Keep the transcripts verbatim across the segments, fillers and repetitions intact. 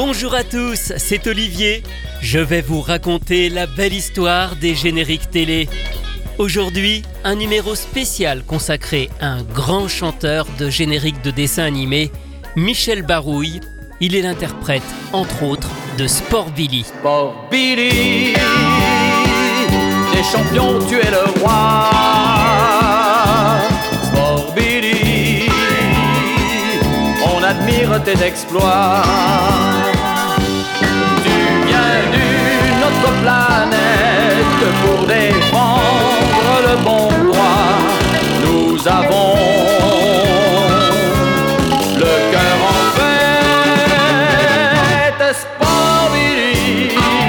Bonjour à tous, c'est Olivier. Je vais vous raconter la belle histoire des génériques télé. Aujourd'hui, un numéro spécial consacré à un grand chanteur de génériques de dessins animés, Michel Barouille. Il est l'interprète, entre autres, de Sport Billy. Sport Billy, les champions, tu es le roi. Sport Billy, on admire tes exploits. Tu viens d'une autre planète pour défendre le bon droit. Nous avons le cœur en fête. Sport Billy,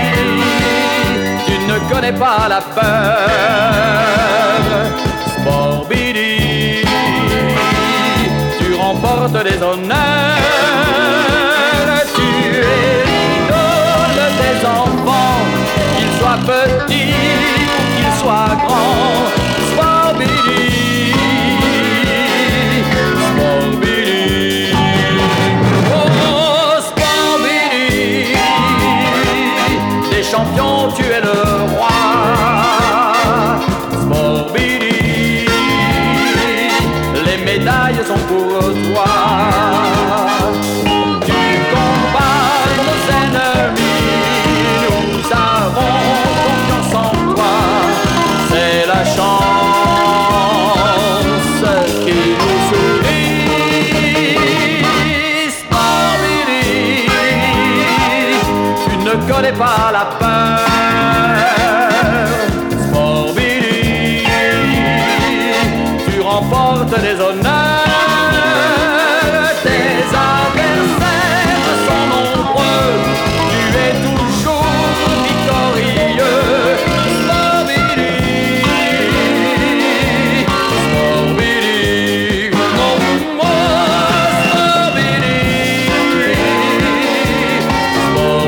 tu ne connais pas la peur. Sport Billy, tu remportes les honneurs. Tu es l'idole des enfants, qu'ils soient petits ou qu'ils soient grands. Sport Billy, Sport Billy, oh Sport Billy, des champions, tu es le roi. Sport Billy, les médailles sont pour toi. Tu combats nos ennemis, nous avons confiance en toi. C'est la chance qui nous sourit. Sport Billy, tu ne connais pas la peur. Sport Billy, tu remportes les honneurs. Tes adversaires sont nombreux, tu es toujours victorieux. Sport Billy, Sport Billy, oh, oh, Sport Billy, Sport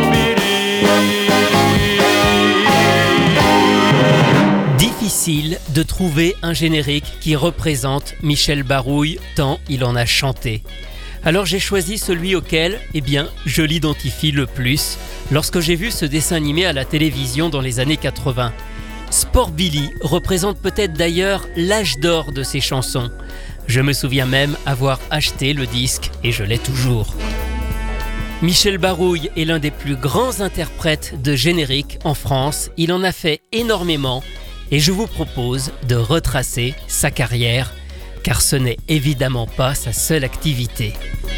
Billy. Difficile de trouver un générique qui représente Michel Barouille tant il en a chanté. Alors j'ai choisi celui auquel, eh bien, je l'identifie le plus lorsque j'ai vu ce dessin animé à la télévision dans les années quatre-vingts. Sport Billy représente peut-être d'ailleurs l'âge d'or de ces chansons. Je me souviens même avoir acheté le disque et je l'ai toujours. Michel Barouille est l'un des plus grands interprètes de génériques en France. Il en a fait énormément et je vous propose de retracer sa carrière, car ce n'est évidemment pas sa seule activité.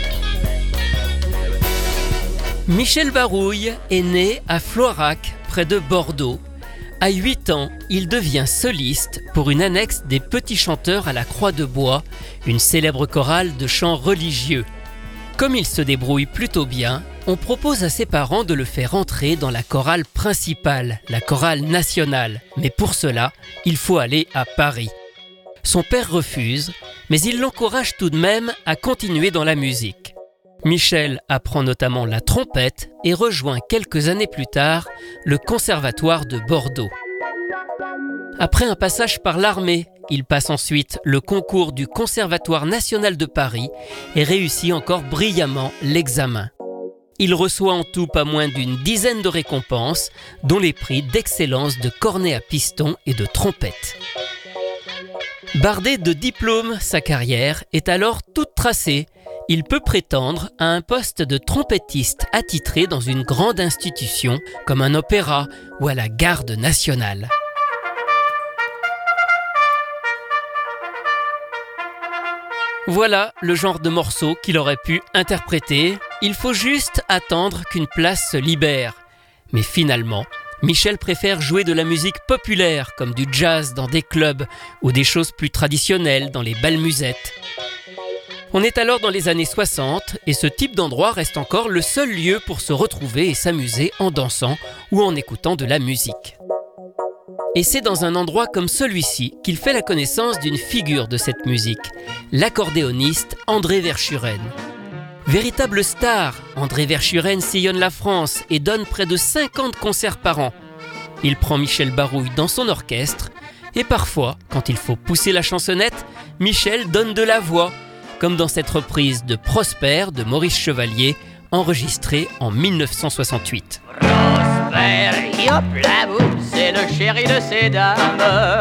Michel Barouille est né à Floirac, près de Bordeaux. À huit ans, il devient soliste pour une annexe des Petits Chanteurs à la Croix de Bois, une célèbre chorale de chants religieux. Comme il se débrouille plutôt bien, on propose à ses parents de le faire entrer dans la chorale principale, la chorale nationale. Mais pour cela, il faut aller à Paris. Son père refuse, mais il l'encourage tout de même à continuer dans la musique. Michel apprend notamment la trompette et rejoint quelques années plus tard le Conservatoire de Bordeaux. Après un passage par l'armée, il passe ensuite le concours du Conservatoire national de Paris et réussit encore brillamment l'examen. Il reçoit en tout pas moins d'une dizaine de récompenses, dont les prix d'excellence de cornet à piston et de trompette. Bardé de diplômes, sa carrière est alors toute tracée. Il peut prétendre à un poste de trompettiste attitré dans une grande institution comme un opéra ou à la Garde nationale. Voilà le genre de morceau qu'il aurait pu interpréter. Il faut juste attendre qu'une place se libère. Mais finalement, Michel préfère jouer de la musique populaire comme du jazz dans des clubs ou des choses plus traditionnelles dans les bals musettes. On est alors dans les années soixante et ce type d'endroit reste encore le seul lieu pour se retrouver et s'amuser en dansant ou en écoutant de la musique. Et c'est dans un endroit comme celui-ci qu'il fait la connaissance d'une figure de cette musique, l'accordéoniste André Verschuren. Véritable star, André Verschuren sillonne la France et donne près de cinquante concerts par an. Il prend Michel Barouille dans son orchestre et parfois, quand il faut pousser la chansonnette, Michel donne de la voix, comme dans cette reprise de Prosper de Maurice Chevalier, enregistré en dix-neuf cent soixante-huit. Prosper, hop la boum, c'est le chéri de ces dames.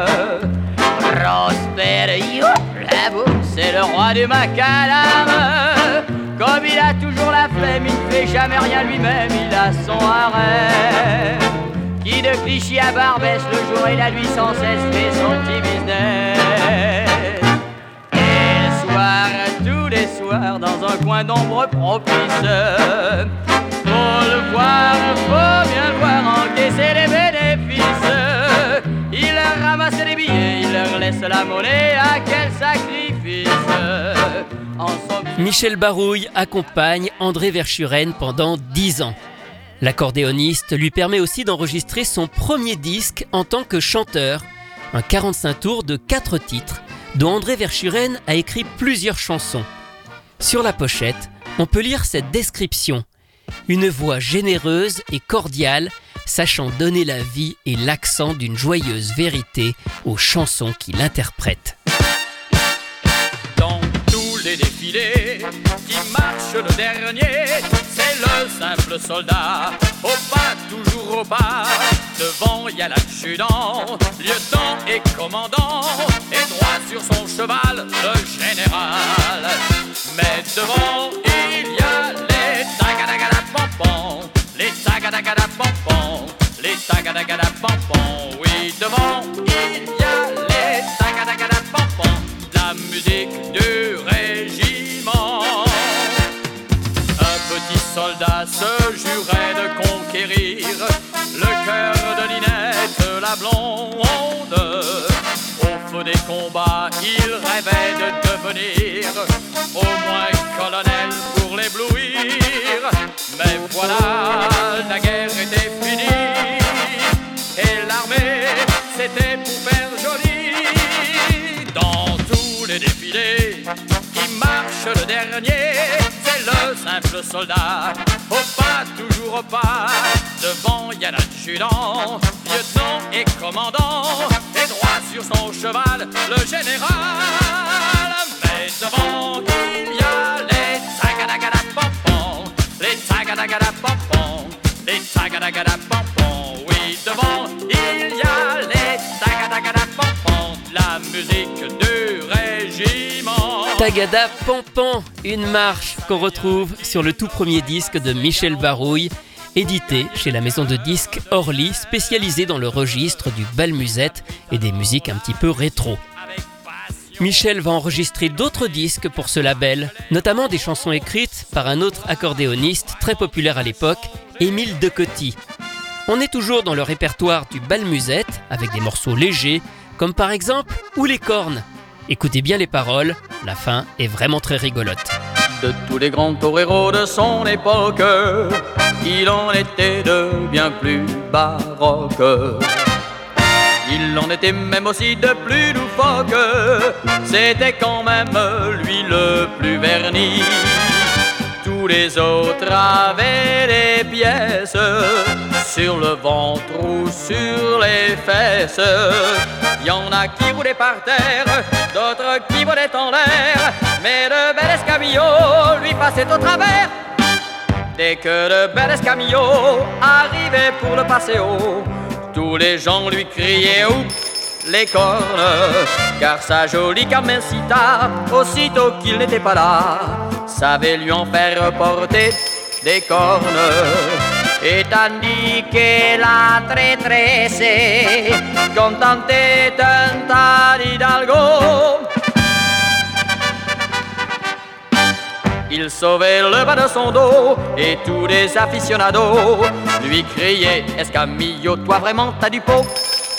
Prosper, hop la boum, c'est le roi du macadam. Comme il a toujours la flemme, il ne fait jamais rien lui-même, il a son harem qui de Clichy à Barbès, le jour et la nuit sans cesse fait son petit business. Et le soir, tous les soirs, dans un coin d'ombre propice, faut le voir, faut bien le voir encaisser les bénéfices. Il leur ramasse les billets, il leur laisse la monnaie, à quel sacrifice. En somme... Michel Barouille accompagne André Verschuren pendant dix ans. L'accordéoniste lui permet aussi d'enregistrer son premier disque en tant que chanteur, un quarante-cinq tours de quatre titres, dont André Verschuren a écrit plusieurs chansons. Sur la pochette, on peut lire cette description. Une voix généreuse et cordiale, sachant donner la vie et l'accent d'une joyeuse vérité aux chansons qu'il interprète. Dans tous les défilés, qui marche le dernier, c'est le simple soldat, au pas, toujours au pas. Devant il y a l'adjudant, lieutenant et commandant, et droit sur son cheval, le général. Mais devant il y a les tagadagadapampam, les tagadagadapampam, les tagadagadapampam. Oui, devant il y a les tagadagadapampam, la musique du régiment. Un petit soldat se jurait de conquérir le cœur de Ninette, la blonde. Au feu des combats, il rêvait de devenir au moins colonel pour l'éblouir. Mais voilà, la guerre était finie et l'armée, c'était pour faire joli. Dans tous les défilés, qui marche le dernier, c'est le simple soldat, au pas, toujours au pas. Devant il y a l'adjudant, lieutenant et commandant, et droit sur son cheval, le général. Mais devant il y a les tagadagadapampam, les tagadagadapampam, les tagadagadapampam. Oui, devant il y a les tagadagadapampam, la musique du régiment. Tagada Pampan, une marche qu'on retrouve sur le tout premier disque de Michel Barouille, édité chez la maison de disques Orly, spécialisée dans le registre du bal musette et des musiques un petit peu rétro. Michel va enregistrer d'autres disques pour ce label, notamment des chansons écrites par un autre accordéoniste très populaire à l'époque, Émile Decoty. On est toujours dans le répertoire du bal musette, avec des morceaux légers, comme par exemple « Ou les cornes ». Écoutez bien les paroles, la fin est vraiment très rigolote. De tous les grands toreros de son époque, il en était de bien plus baroques. Il en était même aussi de plus loufoques. C'était quand même lui le plus verni. Tous les autres avaient des pièces sur le ventre ou sur les fesses. Il y en a qui roulaient par terre, d'autres qui volaient en l'air, mais de bel escamillo lui passait au travers. Dès que de bel escamillo arrivait pour le passer haut, tous les gens lui criaient « Oups, les cornes !» Car sa jolie Carmencita, aussitôt qu'il n'était pas là, savait lui en faire porter des cornes. Et tandis que la traîtresse contentait un tas d'hidalgo, il sauvait le bas de son dos et tous les aficionados lui criaient « Escamillo, toi vraiment t'as du pot !»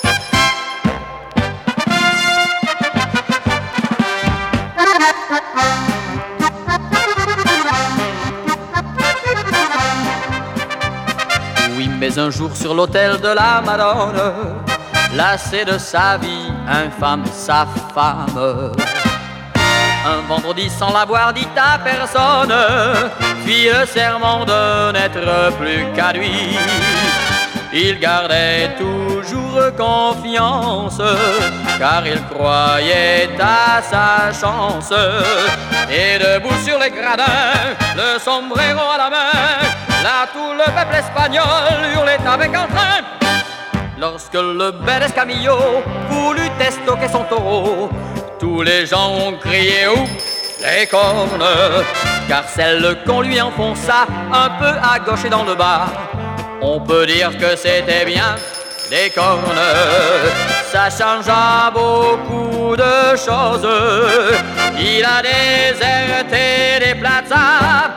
Oui, mais un jour sur l'autel de la Madone, lassé de sa vie infâme, sa femme, un vendredi sans l'avoir dit à personne, fit le serment de n'être plus qu'à lui. il gardait toujours confiance, car il croyait à sa chance. Et debout sur les gradins, le sombrero à la main, là tout le peuple espagnol hurlait avec entrain. Lorsque le bel Escamillo voulut estoquer son taureau, tous les gens ont crié ouh, les cornes, car celle qu'on lui enfonça un peu à gauche et dans le bas, on peut dire que c'était bien des cornes. Ça changea beaucoup de choses, il a déserté des plazas.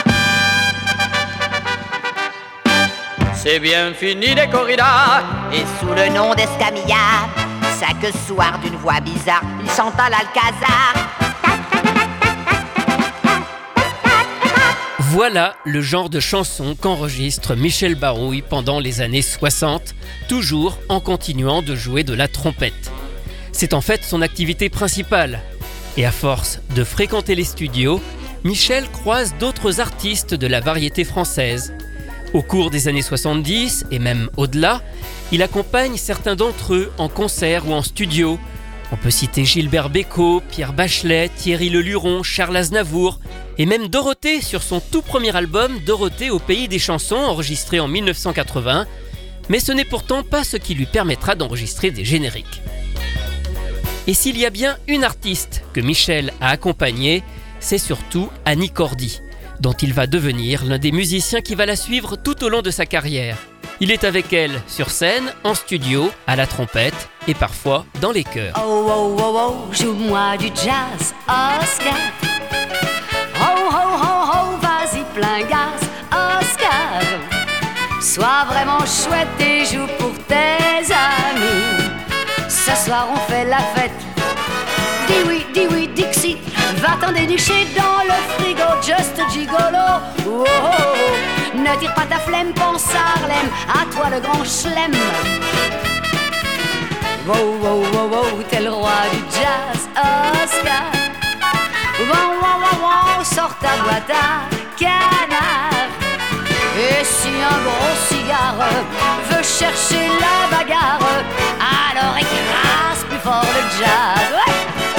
C'est bien fini des corridas. Et sous le nom d'Escamilla, chaque soir d'une voix bizarre, il chanta l'Alcazar. Voilà le genre de chanson qu'enregistre Michel Barouille pendant les années soixante, toujours en continuant de jouer de la trompette. C'est en fait son activité principale. Et à force de fréquenter les studios, Michel croise d'autres artistes de la variété française. Au cours des années soixante-dix, et même au-delà, il accompagne certains d'entre eux en concert ou en studio. On peut citer Gilbert Bécaud, Pierre Bachelet, Thierry Leluron, Charles Aznavour, et même Dorothée sur son tout premier album Dorothée au pays des chansons, enregistré en dix-neuf cent quatre-vingts. Mais ce n'est pourtant pas ce qui lui permettra d'enregistrer des génériques. Et s'il y a bien une artiste que Michel a accompagnée, c'est surtout Annie Cordy, dont il va devenir l'un des musiciens qui va la suivre tout au long de sa carrière. Il est avec elle sur scène, en studio, à la trompette et parfois dans les chœurs. Oh oh oh oh, joue-moi du jazz, Oscar. Oh oh oh oh, vas-y plein gaz, Oscar. Sois vraiment chouette et joue pour tes amis. Ce soir on fait la fête. Dis oui, dis oui, Dixie. Va t'en dénicher dans le frigo, just gigolo. Oh, oh, oh. Ne tire pas ta flemme, pense à Harlem, à toi le grand chelem. Wow, wow, wow, wow, t'es le roi du jazz, Oscar. Wow, wow, wow, wow, sors ta boîte à canard. Et si un gros cigare veut chercher la bagarre, alors écrase plus fort le jazz. Ouais.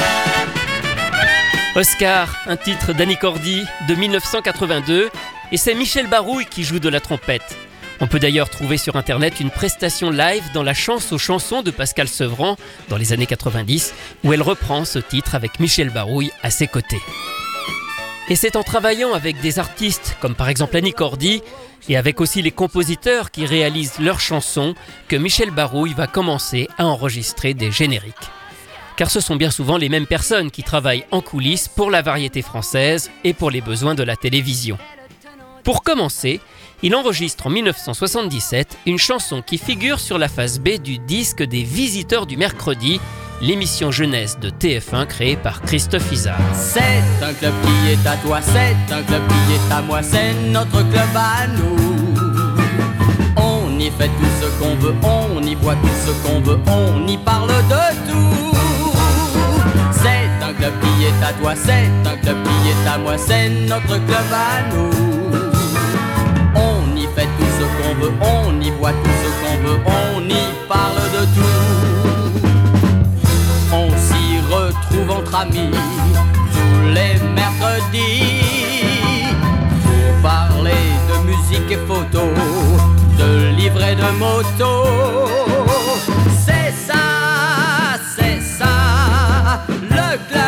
Oscar, un titre d'Annie Cordy de dix-neuf cent quatre-vingt-deux, et c'est Michel Barouille qui joue de la trompette. On peut d'ailleurs trouver sur internet une prestation live dans la Chance aux chansons de Pascal Sevran dans les années quatre-vingt-dix, où elle reprend ce titre avec Michel Barouille à ses côtés. Et c'est en travaillant avec des artistes comme par exemple Annie Cordy, et avec aussi les compositeurs qui réalisent leurs chansons, que Michel Barouille va commencer à enregistrer des génériques. Car ce sont bien souvent les mêmes personnes qui travaillent en coulisses pour la variété française et pour les besoins de la télévision. Pour commencer, il enregistre en dix-neuf cent soixante-dix-sept une chanson qui figure sur la face B du disque des Visiteurs du Mercredi, l'émission jeunesse de T F un créée par Christophe Izard. C'est un club qui est à toi, c'est un club qui est à moi, c'est notre club à nous. On y fait tout ce qu'on veut, on y boit tout ce qu'on veut, on y parle de tout. C'est un club qui est à toi, c'est un club qui est à moi, c'est notre club à nous. On y fait tout ce qu'on veut, on y boit tout ce qu'on veut, on y parle de tout. On s'y retrouve entre amis tous les mercredis pour parler de musique et photos, de livres et de motos. C'est ça, c'est ça, le club.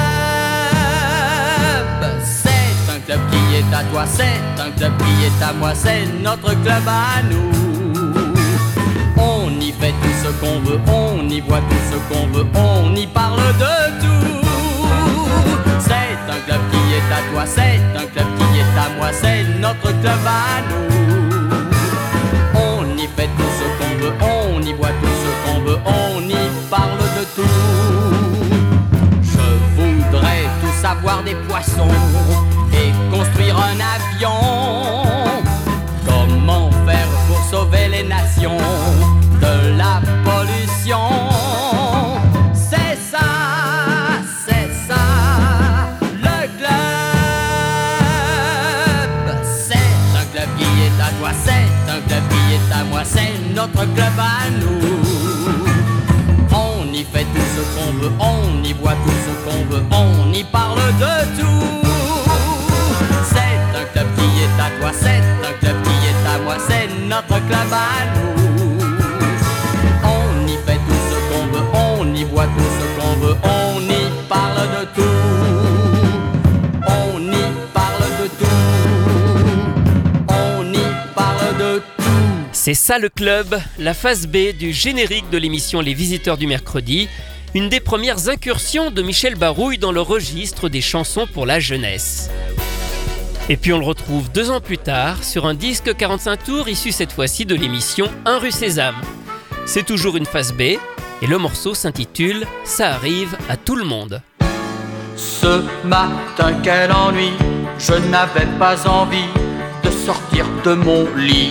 C'est un club qui est à toi, c'est un club qui est à moi, c'est notre club à nous. On y fait tout ce qu'on veut, on y boit tout ce qu'on veut, on y parle de tout. C'est un club qui est à toi, c'est un club qui est à moi, c'est notre club à nous. On y fait tout ce qu'on veut, on y boit tout ce qu'on veut, on y parle de tout. Je voudrais tout savoir des poissons et construire un avion. Comment faire pour sauver les nations de la pollution? C'est ça, c'est ça, le club. C'est un club qui est à toi, c'est un club qui est est à moi, c'est notre club à nous. On y fait tout ce qu'on veut, on y voit tout ce qu'on veut, on y parle de tout. C'est un club qui est à toi, c'est un club qui est à moi, c'est notre club à nous. On y fait tout ce qu'on veut, on y voit tout ce qu'on veut, on y parle de tout. On y parle de tout. On y parle de tout. C'est ça le club, la phase B du générique de l'émission Les Visiteurs du mercredi, une des premières incursions de Michel Barouille dans le registre des chansons pour la jeunesse. Et puis on le retrouve deux ans plus tard sur un disque quarante-cinq tours issu cette fois-ci de l'émission un rue Sésame. C'est toujours une phase B et le morceau s'intitule « Ça arrive à tout le monde ». Ce matin, quel ennui, je n'avais pas envie de sortir de mon lit.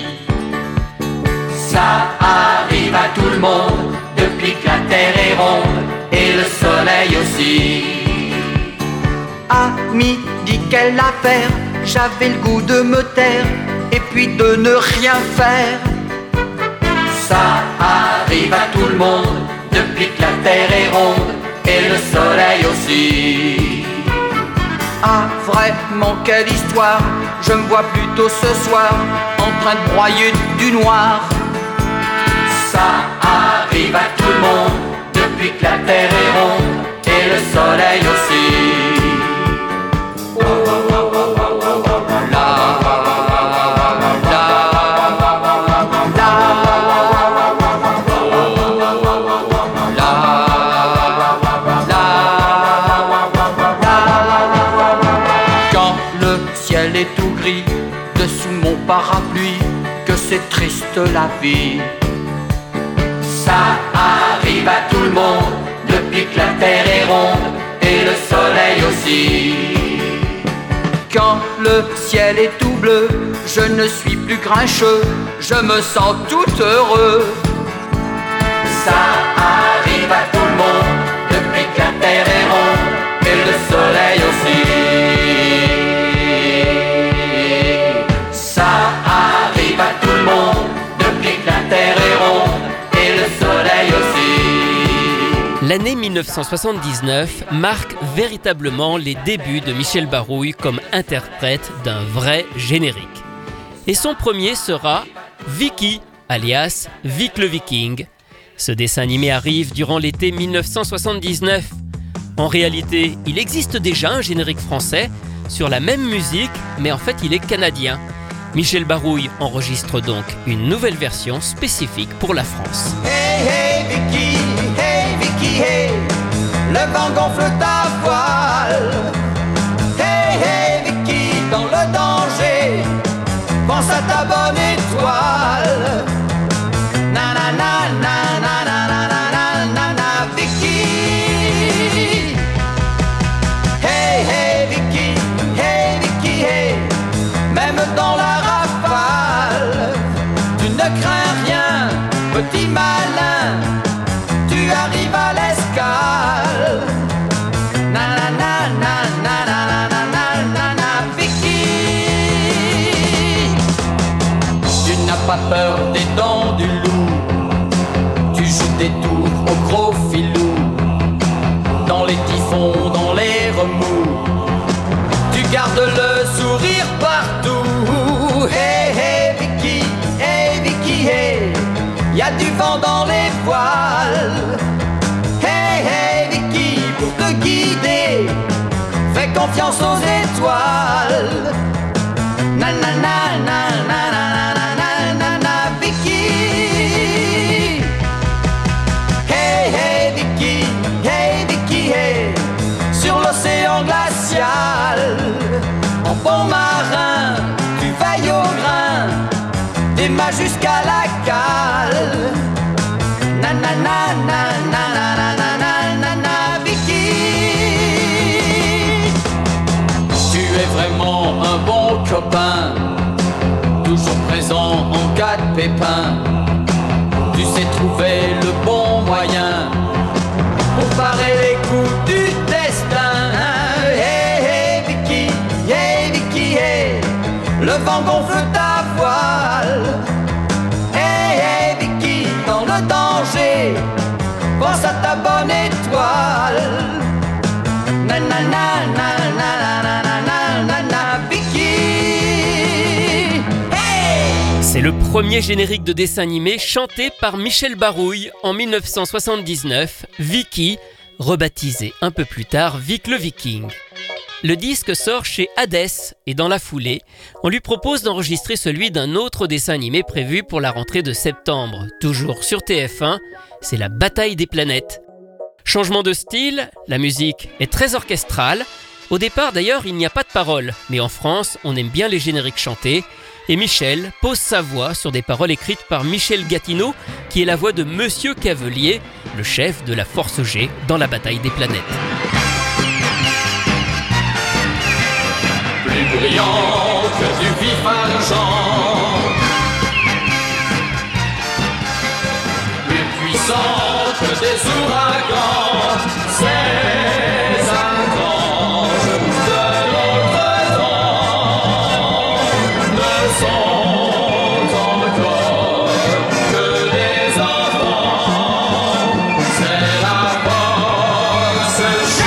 Ça arrive à tout le monde, depuis que la terre est ronde, et le soleil aussi. À midi, quelle affaire, j'avais le goût de me taire, et puis de ne rien faire. Ça arrive à tout le monde, depuis que la terre est ronde, et le soleil aussi. Ah vraiment quelle histoire, je me vois plutôt ce soir en train de broyer du noir. Ça arrive à tout le monde, depuis que la terre est ronde, et le soleil aussi. Oh, oh, oh, oh, oh, oh, oh, oh, là. Dessous mon parapluie, que c'est triste la vie. Ça arrive à tout le monde, depuis que la terre est ronde, et le soleil aussi. Quand le ciel est tout bleu, je ne suis plus grincheux, je me sens tout heureux. Ça arrive à tout le monde, depuis que la terre est ronde, et le soleil aussi. L'année dix-neuf cent soixante-dix-neuf marque véritablement les débuts de Michel Barouille comme interprète d'un vrai générique. Et son premier sera Vicky, alias Vic le Viking. Ce dessin animé arrive durant l'été dix-neuf cent soixante-dix-neuf. En réalité, il existe déjà un générique français sur la même musique, mais en fait il est canadien. Michel Barouille enregistre donc une nouvelle version spécifique pour la France. Hey, hey, Vicky, hey, Vicky, hey, le vent gonfle ta voile. Hey, hey, Vicky, dans le danger, pense à ta bonne étoile. Na na na na na na na na na na Vicky. Hey, hey, Vicky, hey, Vicky, hey, même dans la rafale, tu ne crains rien, petit malin, tu arrives à l'escale. Na na na na na na na na na na Vicky. Tu n'as pas peur des dents du loup, tu joues des tours au gros filou, dans les typhons, dans les remous, tu gardes le sourire partout. Hey hey Vicky, hey Vicky, hey, y a du vent dans les voiles. Hey hey Vicky, pour te guider, fais confiance aux étoiles. Na na na na na na na na na na Vicky. Hey hey Vicky, hey Vicky, hey, sur l'océan glacial, en bon marin, tu veilles au grain, des mâts jusqu'à la cale. Na na na na na na na na na na Vicky. Tu es vraiment un bon copain, toujours présent en cas de pépin. Tu sais trouver le bon moyen pour parer les coups du destin. Hey hey Vicky, hey Vicky, hey, le vent gonfle ta voile. Hey moindre danger, pense à ta bonne étoile. Na na na na na na na na na na Vicky. Hey! C'est le premier générique de dessin animé chanté par Michel Barouille en dix-neuf cent soixante-dix-neuf, Vicky, rebaptisé un peu plus tard Vic le Viking. Le disque sort chez Hades et dans la foulée, on lui propose d'enregistrer celui d'un autre dessin animé prévu pour la rentrée de septembre, toujours sur T F un, c'est La Bataille des planètes. Changement de style, la musique est très orchestrale. Au départ d'ailleurs, il n'y a pas de paroles, mais en France, on aime bien les génériques chantés. Et Michel pose sa voix sur des paroles écrites par Michel Gatineau, qui est la voix de Monsieur Cavelier, le chef de la Force G dans La Bataille des planètes. Plus brillant que du vif argent, plus puissant que des ouragans, ces archanges de notre temps ne sont encore que des enfants. C'est la force G.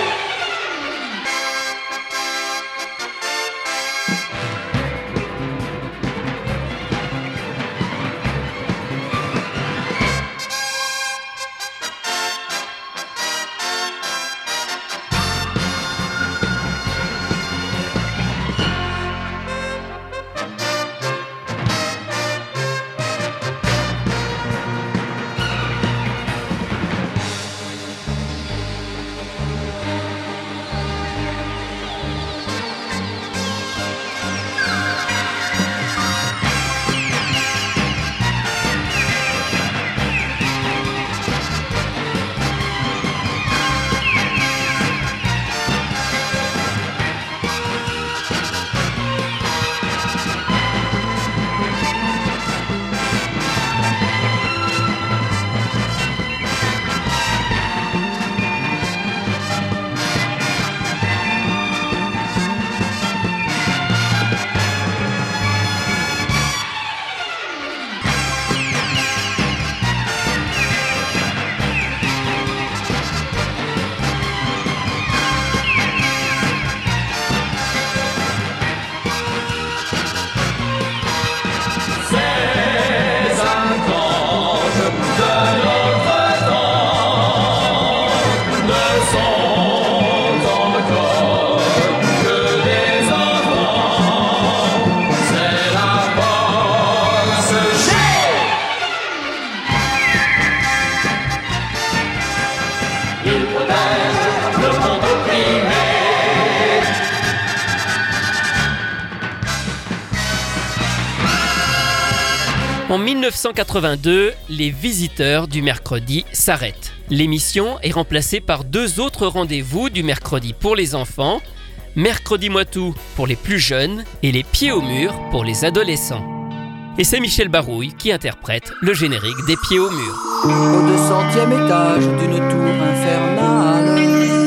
En dix-neuf cent quatre-vingt-deux, les visiteurs du mercredi s'arrêtent. L'émission est remplacée par deux autres rendez-vous du mercredi pour les enfants, Mercredi moi tout pour les plus jeunes et Les Pieds au mur pour les adolescents. Et c'est Michel Barouille qui interprète le générique des Pieds au mur. Au deux centième étage d'une tour infernale,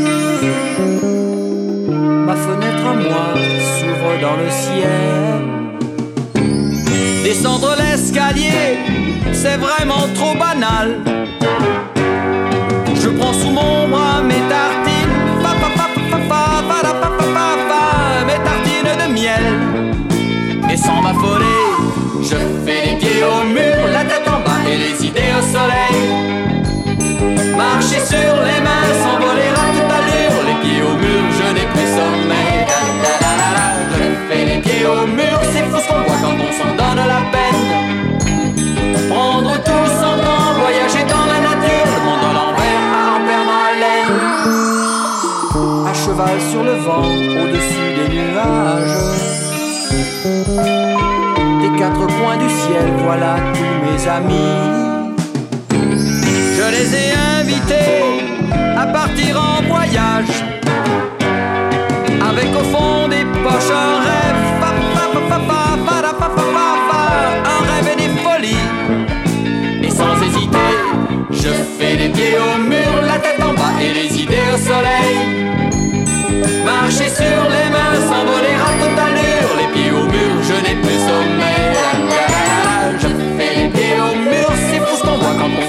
ma fenêtre à moi s'ouvre dans le ciel. Descendre l'escalier, c'est vraiment trop banal. Je prends sous mon bras mes tartines, fa, fa, fa, fa, fa, fa, fa, fa, fa, fa, mes tartines de miel. Mais sans m'affoler, je fais les pieds au mur, la tête en bas et les idées au soleil. Marcher sur les mains, s'envoler à toute allure, les pieds au mur, je n'ai plus sommeil. Da, da, da, da, da. Je fais les pieds au mur, c'est fou ce qu'on voit quand on s'en donne la peine. Prendre tout son temps, voyager dans la nature, le monde à l'envers, à en perdre haleine. À cheval sur le vent, au-dessus des nuages, des quatre coins du ciel, voilà tous mes amis. Je les ai invités à partir en voyage, avec au fond des poches un rêve, fa, fa, fa, fa, fa, fa, fa, fa, fa, fa, un rêve et des folies. Et sans hésiter, je fais les pieds au mur, la tête en bas et les idées au soleil. Marcher sur les mains, s'envoler à toute allure, les pieds au mur, je n'ai plus sommeil. Je fais les pieds au mur, c'est fou ce qu'on voit quand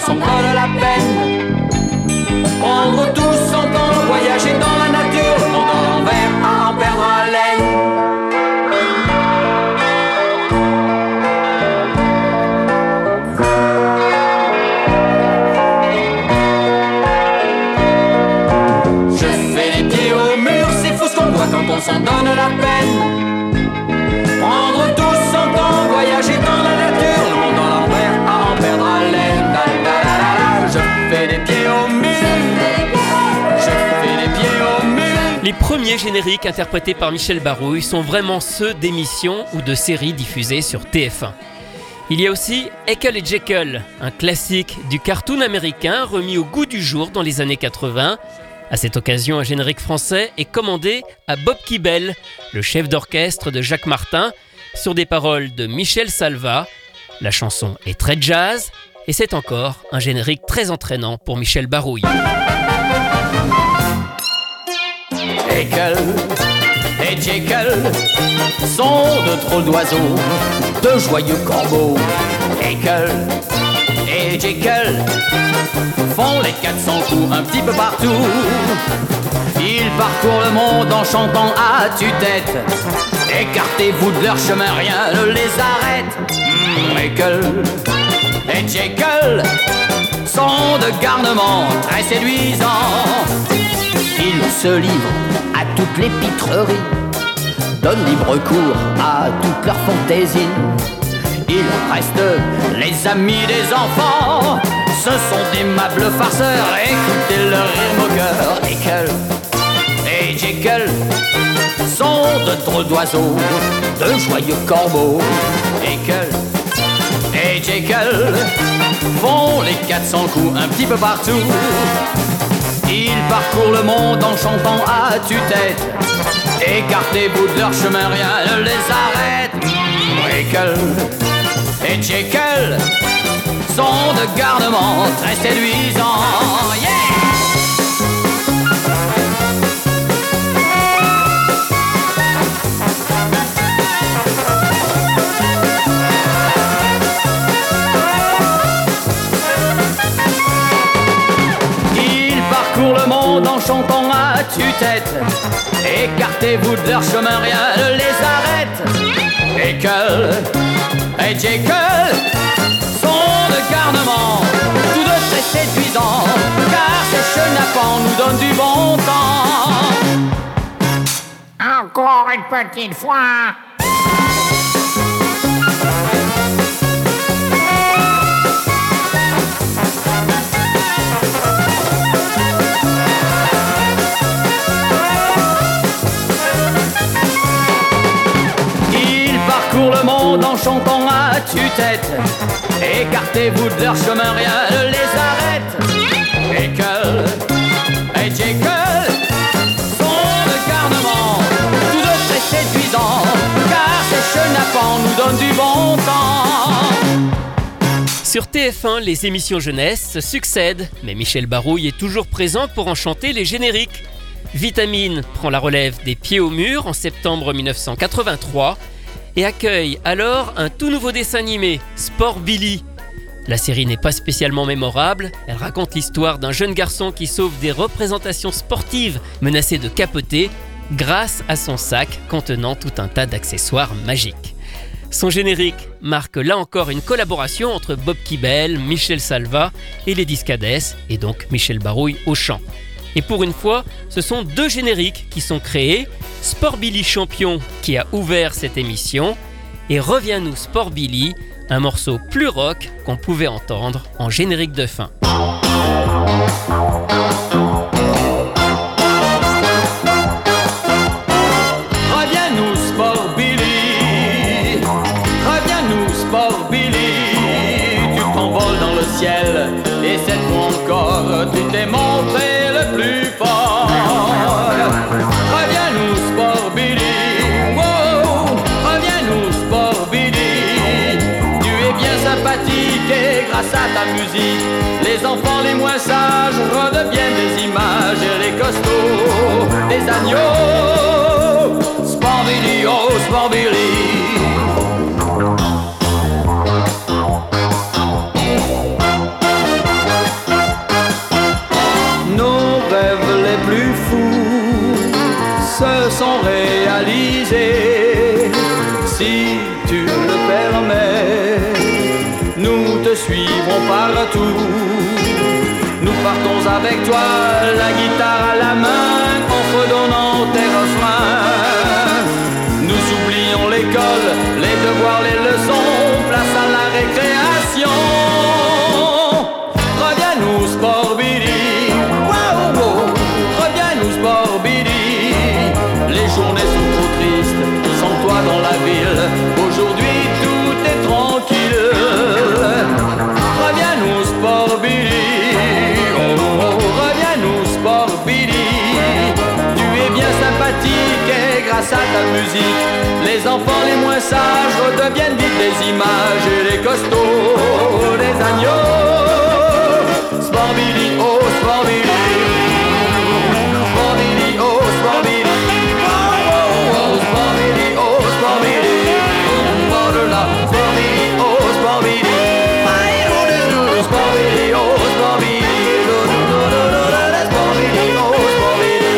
s'en donne la peine. Prendre tout son temps, voyager dans la nature, le monde en l'envers à en perdre haleine. La, la, la, la, la. Je fais des pieds au mur, je fais des pieds au mur. Les premiers génériques interprétés par Michel Barouille sont vraiment ceux d'émissions ou de séries diffusées sur T F un. Il y a aussi Ekel et Jekyll, un classique du cartoon américain remis au goût du jour dans les années quatre-vingts. À cette occasion, un générique français est commandé à Bob Kibel, le chef d'orchestre de Jacques Martin, sur des paroles de Michel Salva. La chanson est très jazz et c'est encore un générique très entraînant pour Michel Barouille. Ekel et Jekyll sont de drôles d'oiseaux, de joyeux corbeaux. Ekel et Jekyll font les quatre cents coups un petit peu partout. Ils parcourent le monde en chantant à tue-tête. Écartez-vous de leur chemin, rien ne les arrête. Mmh, Ekel et Jekyll sont de garnements très séduisants. Ils se livrent à toutes les pitreries, donnent libre cours à toutes leurs fantaisies. Ils restent les amis des enfants, ce sont d'aimables farceurs, écoutez leur rire moqueur. Ekel et Jekyll sont de drôles d'oiseaux, de joyeux corbeaux. Ekel et Jekyll font les quatre cents coups un petit peu partout. Ils parcourent le monde en chantant à tue-tête. Écartez-vous de leur chemin, rien ne les arrête. Mmh, Ekel et Jekyll sont de garnements très séduisants. Yeah! Le monde en chantant à tue-tête. Écartez-vous de leur chemin, rien ne les arrête. Ekel et Jekyll sont de garnements, tous deux très séduisants, car ces chenapans nous donnent du bon temps. Encore une petite fois. Parcourent le monde en chantant à tue-tête. Écartez-vous de leur chemin, rien ne les arrête. Ekel et Jekyll sont de garnements, tous deux très séduisants, car ces chenapans nous donnent du bon temps. Sur T F un, les émissions jeunesse se succèdent, mais Michel Barouille est toujours présent pour en chanter les génériques. Vitamine prend la relève des Pieds au mur en septembre mille neuf cent quatre-vingt-trois et accueille alors un tout nouveau dessin animé, Sport Billy. La série n'est pas spécialement mémorable, elle raconte l'histoire d'un jeune garçon qui sauve des représentations sportives menacées de capoter grâce à son sac contenant tout un tas d'accessoires magiques. Son générique marque là encore une collaboration entre Bob Kibel, Michel Salva et les Discadès, et donc Michel Barouille au chant. Et pour une fois, ce sont deux génériques qui sont créés, Sport Billy Champion qui a ouvert cette émission et Reviens-nous Sport Billy, un morceau plus rock qu'on pouvait entendre en générique de fin. Reviens-nous Sport Billy, reviens-nous Sport Billy, tu t'envoles dans le ciel et cette fois encore tu t'es montré le plus fort. Reviens-nous Sport Billy, wow, reviens-nous Sport Billy, tu es bien sympathique et grâce à ta musique, les enfants les moins sages redeviennent des images et les costauds des agneaux. Sport Billy, oh Sport Billy. Se sont réalisés, si tu le permets, nous te suivrons partout. Nous partons avec toi, la guitare à la main, en fredonnant tes refrains. les devoirs, les leçons, place à la récréation. Reviens-nous Sport Billy, wow, wow. Reviens-nous Sport Billy. Les journées sont trop tristes, sans toi dans la ville. Aujourd'hui tout est tranquille. Reviens-nous Sport Billy, oh, oh, oh. Reviens-nous Sport Billy. Tu es bien sympathique et grâce à ta musique, les enfants les moins sages redeviennent vite les images et les costauds, les agneaux. Sport Billy, oh Sport Billy. Sport Billy, oh Sport Billy. Oh, oh, oh, Sport Billy, oh Sport Billy. Oh là, Sport Billy, oh Sport Billy. Sport Billy, oh Sport Billy. Sport Billy, oh Sport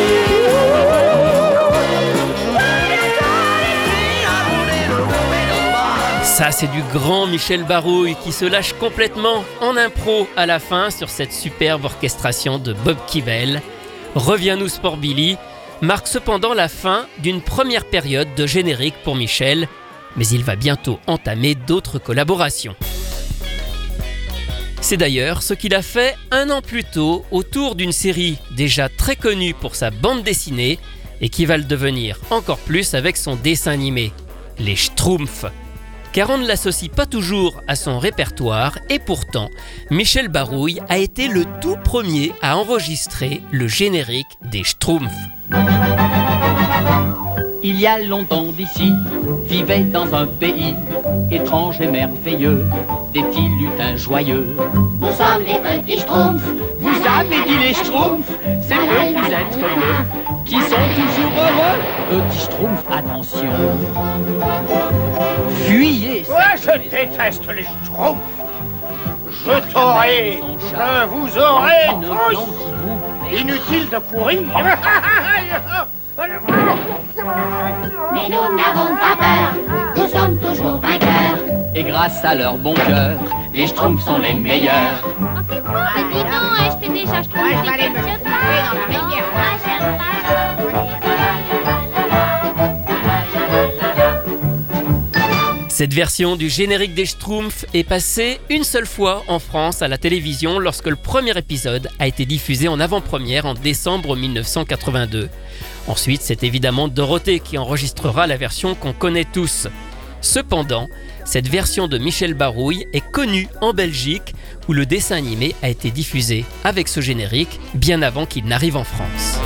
Billy. Ça, c'est du grand Michel Barouille qui se lâche complètement en impro à la fin sur cette superbe orchestration de Bob Kibel. Reviens-nous Sport Billy marque cependant la fin d'une première période de générique pour Michel, mais il va bientôt entamer d'autres collaborations. C'est d'ailleurs ce qu'il a fait un an plus tôt autour d'une série déjà très connue pour sa bande dessinée et qui va le devenir encore plus avec son dessin animé, les Schtroumpfs. Car on ne l'associe pas toujours à son répertoire et pourtant, Michel Barouille a été le tout premier à enregistrer le générique des Schtroumpfs. Il y a longtemps d'ici, vivait dans un pays étrange et merveilleux, des petits lutins joyeux. Nous sommes les petits Schtroumpfs. Vous avez dit les Schtroumpfs, c'est eux vous êtes eux, qui sont toujours heureux. Petits Schtroumpfs, attention. Fuyez. Ouais, je déteste les Schtroumpfs. Je t'aurai, je vous aurai tous. Inutile de courir. Mais nous n'avons pas peur, nous sommes toujours vainqueurs. Et grâce à leur bon cœur, les Schtroumpfs sont les meilleurs. Mais dis donc, hein, je t'ai déjà Schtroumpf. Ouais, je vais aller me bouffer dans la rivière. Cette version du générique des Schtroumpfs est passée une seule fois en France à la télévision lorsque le premier épisode a été diffusé en avant-première en décembre mille neuf cent quatre-vingt-deux. Ensuite, c'est évidemment Dorothée qui enregistrera la version qu'on connaît tous. Cependant, cette version de Michel Barouille est connue en Belgique où le dessin animé a été diffusé avec ce générique bien avant qu'il n'arrive en France.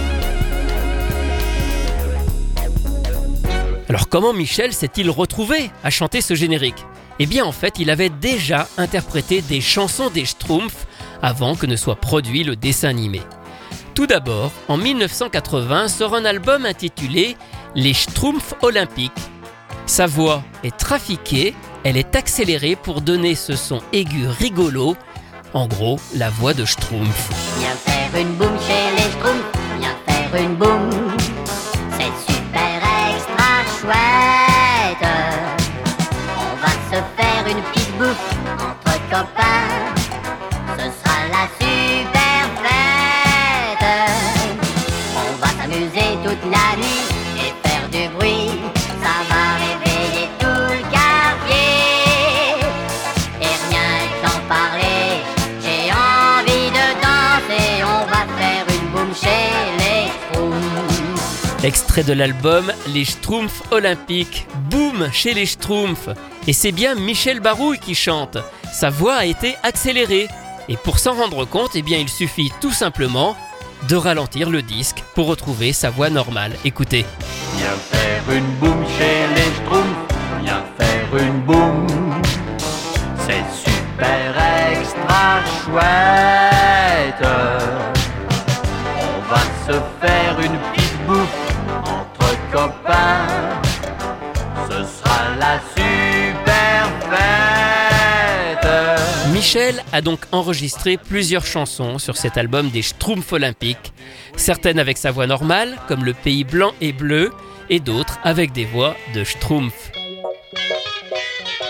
Alors comment Michel s'est-il retrouvé à chanter ce générique ? Eh bien en fait, il avait déjà interprété des chansons des Schtroumpfs avant que ne soit produit le dessin animé. Tout d'abord, en mille neuf cent quatre-vingts sort un album intitulé « Les Schtroumpfs Olympiques ». Sa voix est trafiquée, elle est accélérée pour donner ce son aigu rigolo, en gros la voix de Schtroumpf. Viens faire une boum chez les Schtroumpfs, viens faire une boum, c'est super extra chouette. On va se faire une petite bouffe entre copains, ce sera la super fête. On va s'amuser toute la nuit et faire du bruit, ça va réveiller tout le quartier. Et rien qu'en parler, j'ai envie de danser, on va faire une boum chez les Schtroumpfs. Extrait de l'album Les Schtroumpfs Olympiques, boum chez les Schtroumpfs. Et c'est bien Michel Barouille qui chante. Sa voix a été accélérée. Et pour s'en rendre compte, eh bien, il suffit tout simplement de ralentir le disque pour retrouver sa voix normale. Écoutez. Viens faire une boum chez les Schtroumpfs, viens faire une boum. C'est super extra chouette. On va se faire une petite bouffe entre copains, ce sera la super fête. Michel a donc enregistré plusieurs chansons sur cet album des Schtroumpfs Olympiques, certaines avec sa voix normale, comme Le Pays Blanc et Bleu, et d'autres avec des voix de Schtroumpfs.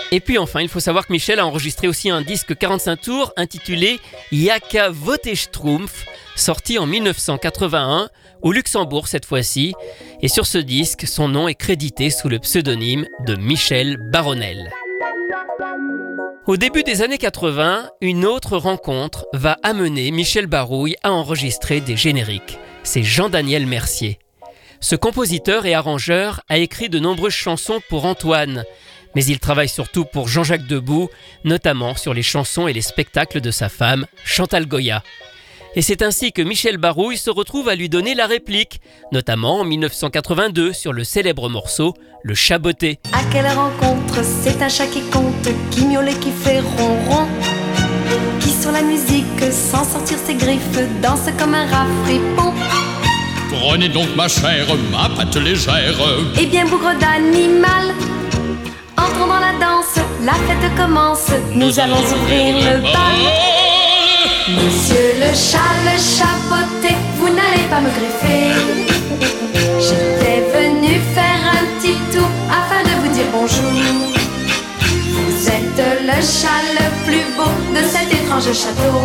Et puis enfin, il faut savoir que Michel a enregistré aussi un disque quarante-cinq tours intitulé Jaka Wotestrumpf, sorti en mille neuf cent quatre-vingt-un, au Luxembourg cette fois-ci. Et sur ce disque, son nom est crédité sous le pseudonyme de Michel Baronel. Au début des années quatre-vingts, une autre rencontre va amener Michel Barouille à enregistrer des génériques. C'est Jean-Daniel Mercier. Ce compositeur et arrangeur a écrit de nombreuses chansons pour Antoine, mais il travaille surtout pour Jean-Jacques Debout, notamment sur les chansons et les spectacles de sa femme, Chantal Goya. Et c'est ainsi que Michel Barouille se retrouve à lui donner la réplique, notamment en mille neuf cent quatre-vingt-deux sur le célèbre morceau Le Chat Botté. À quelle rencontre, c'est un chat qui compte, qui miaule et qui fait ronron, qui sur la musique, sans sortir ses griffes, danse comme un rat fripon. Prenez donc ma chère, ma patte légère. Eh bien bougre d'animal, entrons dans la danse, la fête commence, nous, nous allons ouvrir le bal. Monsieur le chat, le chat botté, vous n'allez pas me griffer. J'étais venu faire un petit tour afin de vous dire bonjour. Vous êtes le chat le plus beau de cet étrange château.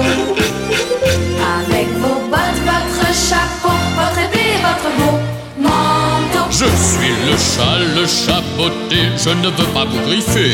Avec vos bottes, votre chapeau, votre épée et votre beau manteau. Je suis le chat, le chat botté, je ne veux pas vous griffer.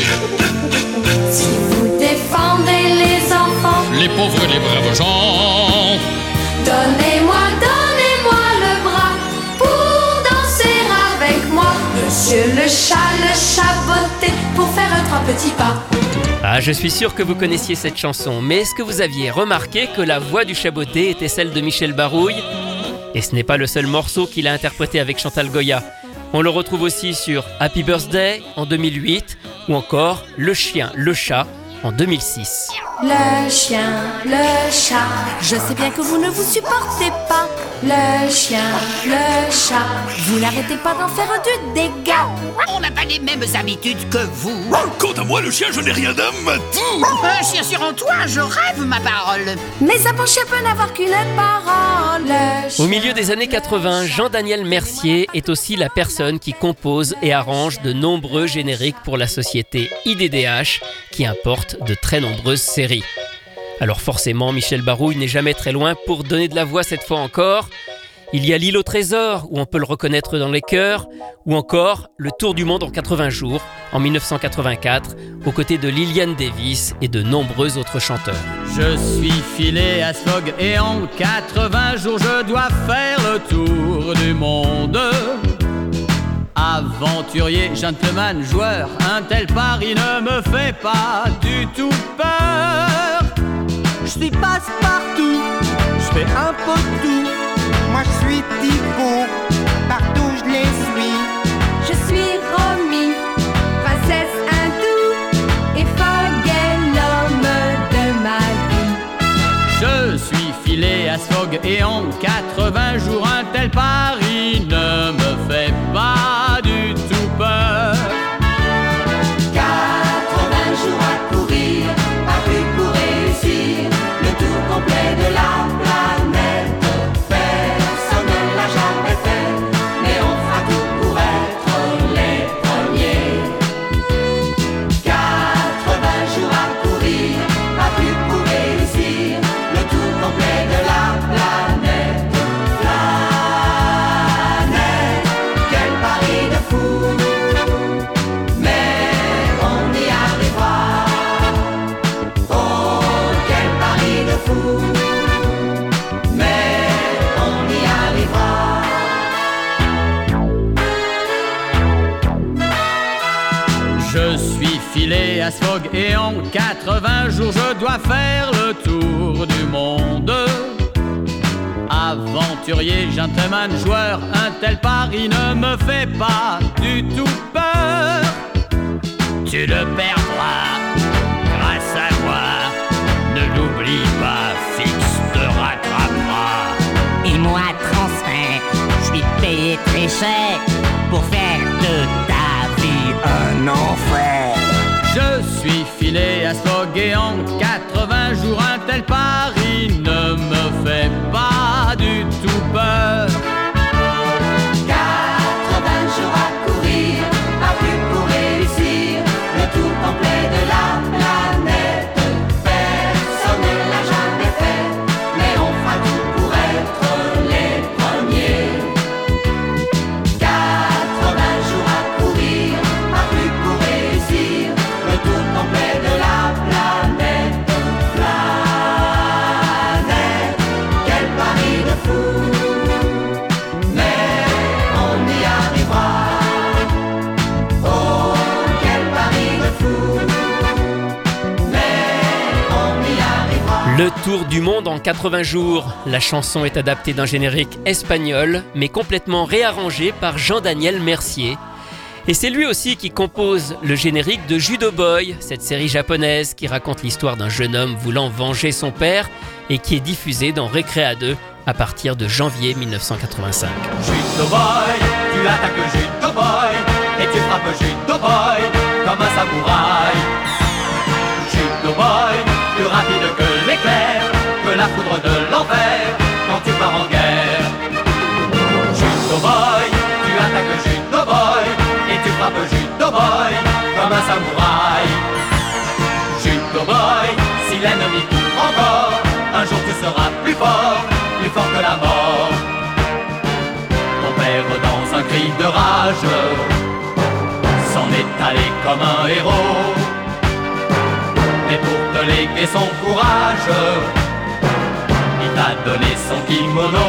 Si vous défendez les enfants, les pauvres et les braves gens, donnez-moi, donnez-moi le bras pour danser avec moi. Monsieur le chat, le chat botté, pour faire trois petits pas. Ah, je suis sûr que vous connaissiez cette chanson, mais est-ce que vous aviez remarqué que la voix du Chat Botté était celle de Michel Barouille ? Et ce n'est pas le seul morceau qu'il a interprété avec Chantal Goya. On le retrouve aussi sur Happy Birthday en deux mille huit ou encore Le Chien, le Chat en deux mille six. Le chien, le chat, je sais bien que vous ne vous supportez pas. Le chien, le chat, vous n'arrêtez pas d'en faire du dégât. On n'a pas les mêmes habitudes que vous. Quant à moi, le chien, je n'ai rien d'âme, tout. Un chien sur en toi, je rêve ma parole. Mais un bon chien peut n'avoir qu'une parole. Le Au milieu des années quatre-vingts, Jean-Daniel Mercier est aussi la personne qui compose et arrange de nombreux génériques pour la société I D D H, qui importe de très nombreuses séries. Alors forcément, Michel Barouille n'est jamais très loin pour donner de la voix cette fois encore. Il y a L'île au trésor, où on peut le reconnaître dans les chœurs, ou encore Le Tour du monde en quatre-vingts jours, en mille neuf cent quatre-vingt-quatre, aux côtés de Liliane Davis et de nombreux autres chanteurs. Je suis filé à Sfog et en quatre-vingts jours, je dois faire le tour du monde. Aventurier, gentleman, joueur, un tel pari ne me fait pas du tout peur. Je suis passe-partout, je fais un peu tout. Moi je suis Thibaut, partout je les suis. Je suis Romy, princesse hindoue, et Fogg est l'homme de ma vie. Je suis filé à Sfog et en quatre-vingts jours, un tel pari ne me fait pas du tout peur. quatre-vingts jours à courir, pas plus pour réussir le tour complet de la planète. Personne ne l'a jamais fait, mais on fera tout pour être les premiers. quatre-vingts jours à courir, pas plus pour réussir le tour complet de la planète. Planète, quel pari de fou, mais on y arrivera. Oh, quel pari de fou, mais on y arrivera. Je suis filé à Sfog et en quatre-vingts jours, je dois faire le tour du monde. Aventurier, gentleman, joueur, un tel pari ne me fait pas du tout peur. Tu le perdras grâce à moi, ne l'oublie pas, Fix te rattrapera. Et moi, transfert, je suis payé très cher pour faire de ta vie un enfer. Je suis filé à Sfog et en quatre-vingts jours, un tel pari ne me fait pas du tout peur. quatre-vingts jours à courir, pas plus pour réussir le tour complet Le tour du monde en quatre-vingts jours. La chanson est adaptée d'un générique espagnol, mais complètement réarrangé par Jean-Daniel Mercier. Et c'est lui aussi qui compose le générique de Judo Boy, cette série japonaise qui raconte l'histoire d'un jeune homme voulant venger son père et qui est diffusée dans Récréa deux à partir de janvier dix-neuf cent quatre-vingt-cinq. Judo Boy, tu attaques Judo Boy et tu frappes Judo Boy comme un samouraï. Judo Boy, plus rapide que l'éclair, que la foudre de l'enfer quand tu pars en guerre. Judo Boy, tu attaques Judo Boy et tu frappes Judo Boy comme un samouraï. Judo Boy, si l'ennemi court encore, un jour tu seras plus fort, plus fort que la mort. Ton père dans un cri de rage s'en est allé comme un héros. Mais pour te léguer son courage, il t'a donné son kimono.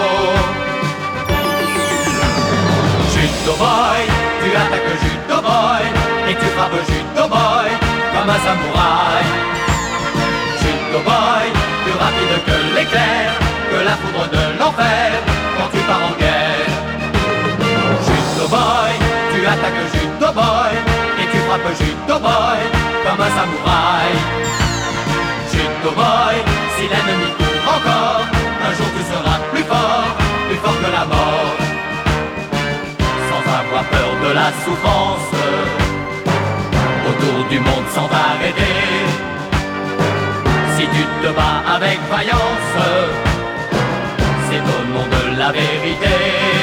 Judo Boy, tu attaques Judo Boy et tu frappes Judo Boy comme un samouraï. Judo Boy, plus rapide que l'éclair, que la foudre de l'enfer quand tu pars en guerre. Judo Boy, tu attaques Judo Boy et tu frappes Judo Boy comme un samouraï. Judo Boy, si l'ennemi court encore, un jour tu seras plus fort, plus fort que la mort. Sans avoir peur de la souffrance, autour du monde sans t'arrêter. Si tu te bats avec vaillance, c'est au nom de la vérité.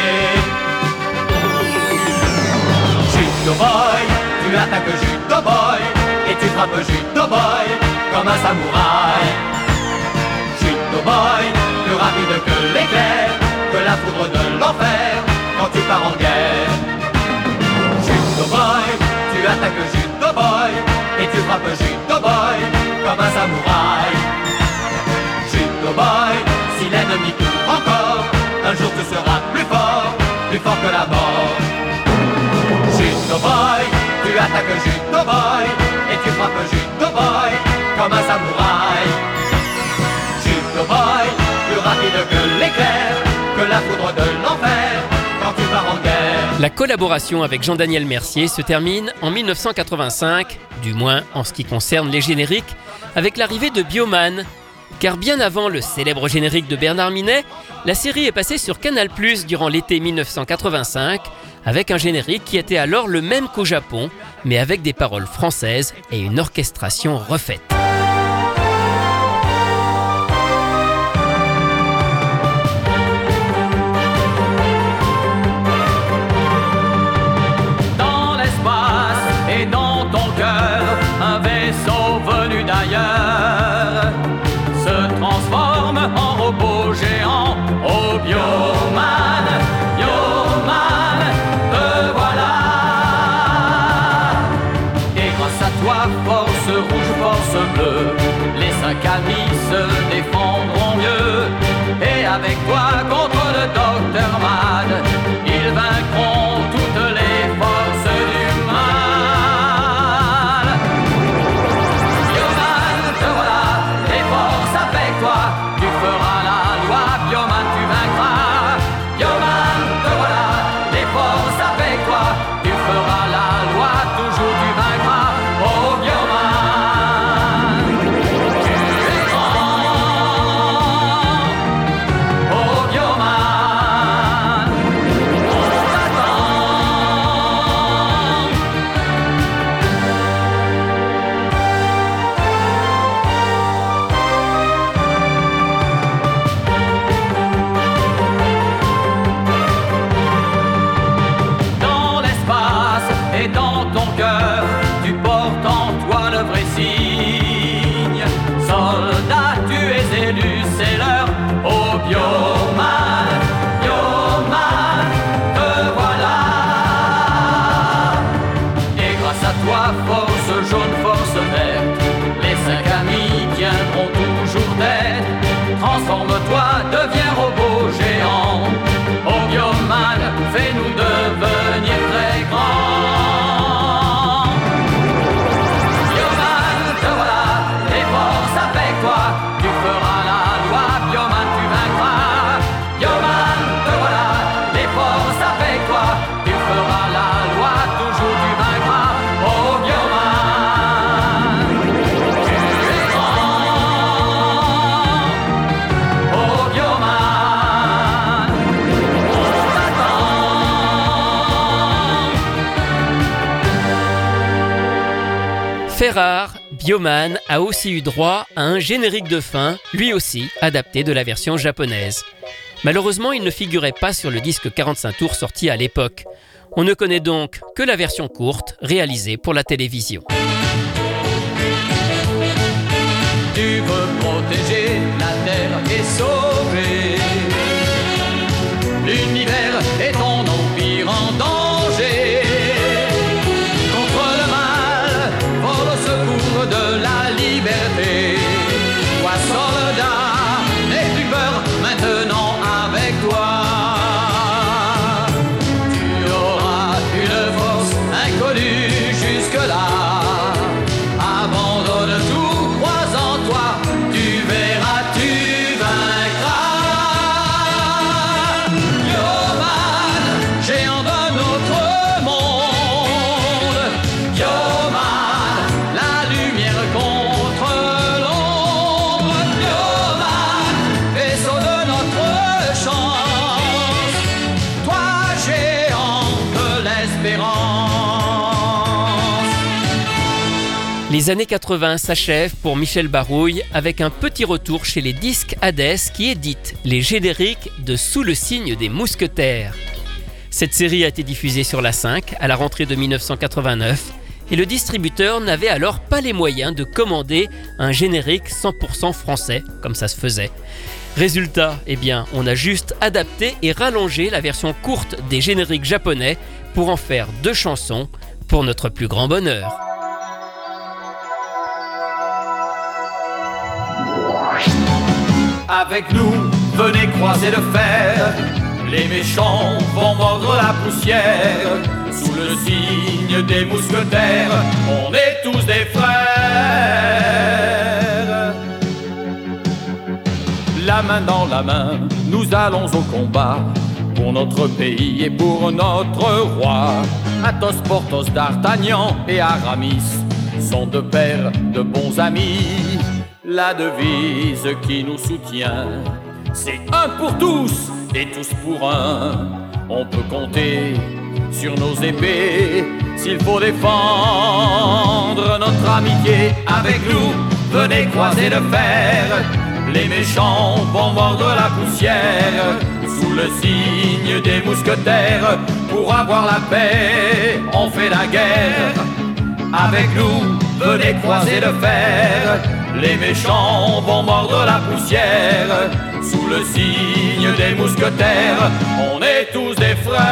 Judo Boy, tu attaques Judo Boy et tu frappes Judo Boy comme un samouraï. Judo Boy, plus rapide que l'éclair, que la foudre de l'enfer quand tu pars en guerre. Judo Boy, tu attaques Judo Boy et tu frappes Judo Boy comme un samouraï. Judo Boy, si l'ennemi court encore, un jour tu seras plus fort, plus fort que la mort. Judo Boy, tu attaques Judo Boy et tu frappes Judo Boy comme un samouraï. Judo Boy, plus rapide que l'éclair, que la foudre de l'enfer quand tu pars en guerre. La collaboration avec Jean-Daniel Mercier se termine en dix-neuf cent quatre-vingt-cinq, du moins en ce qui concerne les génériques, avec l'arrivée de Bioman. Car bien avant le célèbre générique de Bernard Minet, la série est passée sur Canal plus, durant l'été dix-neuf cent quatre-vingt-cinq, avec un générique qui était alors le même qu'au Japon, mais avec des paroles françaises et une orchestration refaite. Dans l'espace et dans ton cœur, un vaisseau venu d'ailleurs se transforme en robot géant. Oh Bioman, Bioman, te voilà. Et grâce à toi, force rouge, force bleue, les cinq amis se défendront mieux. Et avec toi contre le docteur Mad, ils vaincront toutes les forces du mal. Bioman, te voilà, les forces avec toi, tu feras la loi, Bioman, tu vaincras. Bioman, te voilà, les forces avec toi, tu feras la loi, toujours tu vaincras. Oh Bioman, tu es grand. Oh Bioman, on t'attend. Dans l'espace et dans ton cœur, tu portes en toi le vrai signe. Soldat, tu es élu, c'est l'heure. Oh Bioman, Bioman, te voilà. Et grâce à toi, force jaune, force verte, les cinq amis tiendront toujours tête. Transforme-toi, deviens robot géant. Oh Bioman, fais-nous devenir très grands. Bioman, te voilà, les forces avec toi, tu Fait rare, Bioman a aussi eu droit à un générique de fin, lui aussi adapté de la version japonaise. Malheureusement, il ne figurait pas sur le disque quarante-cinq tours sorti à l'époque. On ne connaît donc que la version courte, réalisée pour la télévision. Tu veux protéger la terre et sauver l'univers et ton empire en danger. Contre le mal, vole au secours de la liberté. Toi soldat, n'aie plus peur maintenant avec toi. Tu auras une force inconnue jusque-là. Abandonne tout, crois en toi, tu verras, tu vaincras. Bioman, géant d'un autre monde. Bioman, la lumière contre l'ombre. Bioman, vaisseau de notre chance. Toi, géant de l'espérance. Les années quatre-vingts s'achèvent pour Michel Barouille avec un petit retour chez les disques Hades qui édite les génériques de Sous le signe des mousquetaires. Cette série a été diffusée sur la cinq à la rentrée de dix-neuf cent quatre-vingt-neuf et le distributeur n'avait alors pas les moyens de commander un générique cent pour cent français comme ça se faisait. Résultat, eh bien, on a juste adapté et rallongé la version courte des génériques japonais pour en faire deux chansons pour notre plus grand bonheur. Avec nous, venez croiser le fer. Les méchants vont mordre la poussière. Sous le signe des mousquetaires, on est tous des frères. La main dans la main, nous allons au combat. Pour notre pays et pour notre roi. Athos, Porthos, D'Artagnan et Aramis sont deux paires de bons amis. La devise qui nous soutient, c'est un pour tous et tous pour un. On peut compter sur nos épées s'il faut défendre notre amitié. Avec nous, venez croiser le fer. Les méchants vont mordre la poussière. Sous le signe des mousquetaires, pour avoir la paix, on fait la guerre. Avec nous, venez croiser le fer. Les méchants vont mordre la poussière. Sous le signe des mousquetaires, on est tous des frères.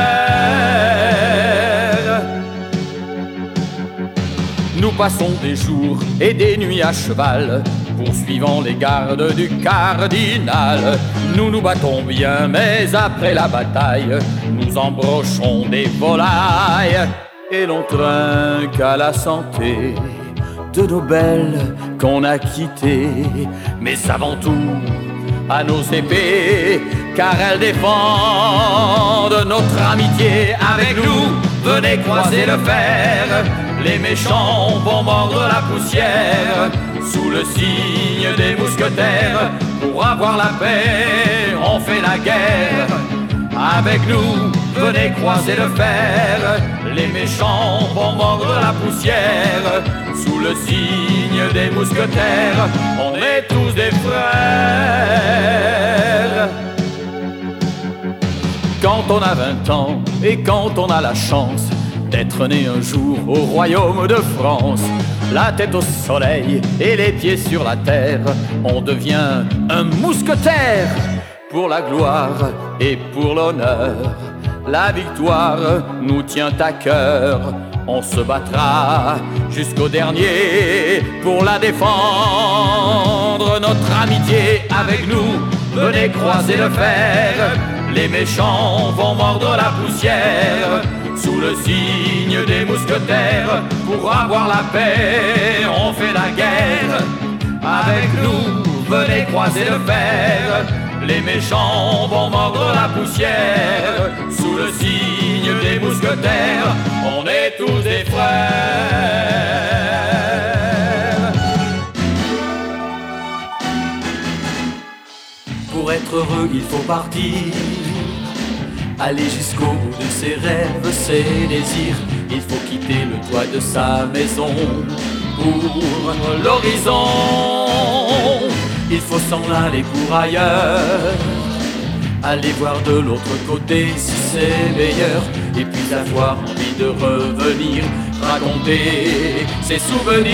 Nous passons des jours et des nuits à cheval, poursuivant les gardes du cardinal. Nous nous battons bien, mais après la bataille, nous embrochons des volailles. Et l'on trinque à la santé de nos belles qu'on a quittées, mais avant tout à nos épées, car elles défendent notre amitié. Avec nous, venez croiser le fer. Les méchants vont mordre la poussière. Sous le signe des mousquetaires, pour avoir la paix, on fait la guerre. Avec nous, venez croiser le fer. Les méchants vont mordre la poussière. Sous le signe des mousquetaires, on est tous des frères. Quand on a vingt ans et quand on a la chance d'être né un jour au royaume de France, la tête au soleil et les pieds sur la terre, on devient un mousquetaire. Pour la gloire et pour l'honneur, la victoire nous tient à cœur. On se battra jusqu'au dernier pour la défendre, notre amitié. Avec nous, venez croiser le fer. Les méchants vont mordre la poussière. Sous le signe des mousquetaires, pour avoir la paix, on fait la guerre. Avec nous, venez croiser le fer. Les méchants vont mordre la poussière. Sous le signe des mousquetaires, on est tous des frères. Pour être heureux, il faut partir. Aller jusqu'au bout de ses rêves, ses désirs. Il faut quitter le toit de sa maison pour l'horizon. Il faut s'en aller pour ailleurs, aller voir de l'autre côté si c'est meilleur, et puis avoir envie de revenir, raconter ses souvenirs.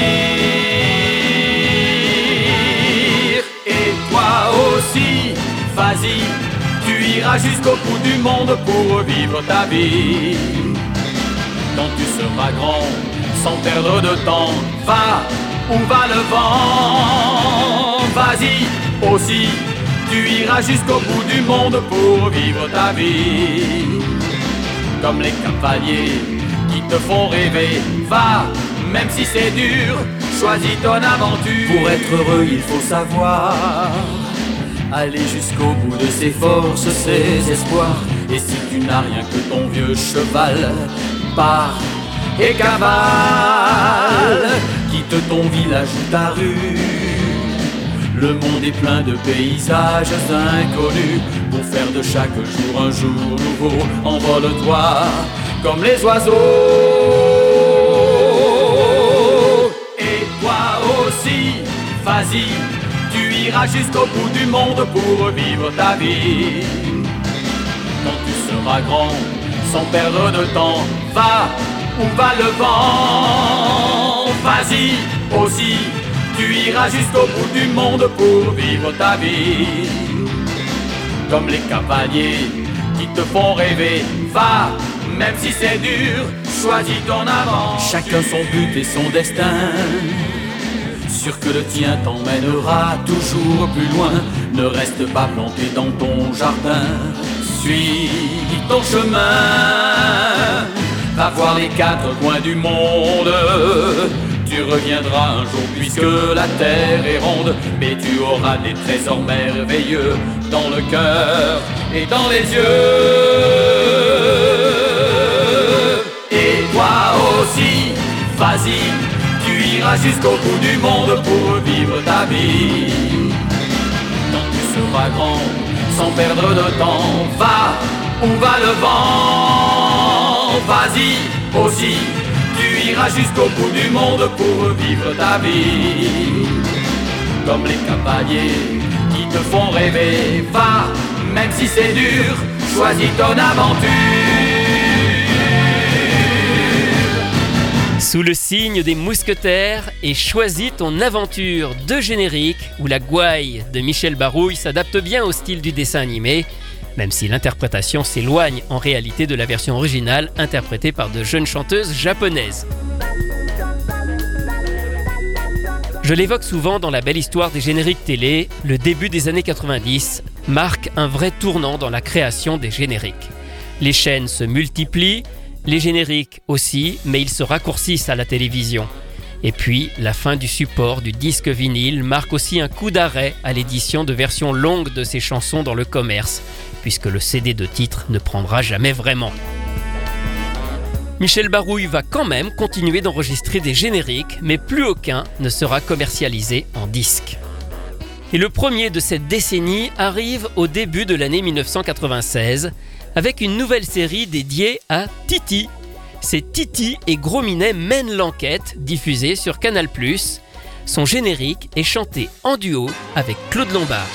Et toi aussi, vas-y, tu iras jusqu'au bout du monde pour vivre ta vie. Quand tu seras grand, sans perdre de temps, va où va le vent. Vas-y aussi, tu iras jusqu'au bout du monde pour vivre ta vie. Comme les cavaliers qui te font rêver, va, même si c'est dur, choisis ton aventure. Pour être heureux, il faut savoir aller jusqu'au bout de ses forces, ses espoirs. Et si tu n'as rien que ton vieux cheval, pars et cavale, quitte ton village ou ta rue. Le monde est plein de paysages inconnus. Pour faire de chaque jour un jour nouveau, envole-toi comme les oiseaux. Et toi aussi, vas-y, tu iras jusqu'au bout du monde pour vivre ta vie. Quand tu seras grand, sans perdre de temps, va où va le vent. Vas-y aussi, tu iras jusqu'au bout du monde pour vivre ta vie. Comme les cavaliers qui te font rêver, va, même si c'est dur, choisis ton aventure. Chacun son but et son destin, sûr que le tien t'emmènera toujours plus loin. Ne reste pas planté dans ton jardin, suis ton chemin. Va voir les quatre coins du monde, tu reviendras un jour puisque la terre est ronde. Mais tu auras des trésors merveilleux dans le cœur et dans les yeux. Et toi aussi, vas-y, tu iras jusqu'au bout du monde pour vivre ta vie. Quand tu seras grand, sans perdre de temps, va où va le vent. Vas-y aussi, tu iras jusqu'au bout du monde pour vivre ta vie. Comme les cavaliers qui te font rêver, va, même si c'est dur, choisis ton aventure. Sous le signe des mousquetaires et choisis ton aventure, deux génériques où la gouaille de Michel Barouille s'adapte bien au style du dessin animé, même si l'interprétation s'éloigne en réalité de la version originale interprétée par de jeunes chanteuses japonaises. Je l'évoque souvent dans la belle histoire des génériques télé, le début des années quatre-vingt-dix marque un vrai tournant dans la création des génériques. Les chaînes se multiplient, les génériques aussi, mais ils se raccourcissent à la télévision. Et puis, la fin du support du disque vinyle marque aussi un coup d'arrêt à l'édition de versions longues de ces chansons dans le commerce, puisque le C D de titre ne prendra jamais vraiment. Michel Barouille va quand même continuer d'enregistrer des génériques, mais plus aucun ne sera commercialisé en disque. Et le premier de cette décennie arrive au début de l'année dix-neuf cent quatre-vingt-seize, avec une nouvelle série dédiée à Titi. C'est Titi et Gros Minet mènent l'enquête, diffusée sur Canal plus. Son générique est chanté en duo avec Claude Lombard.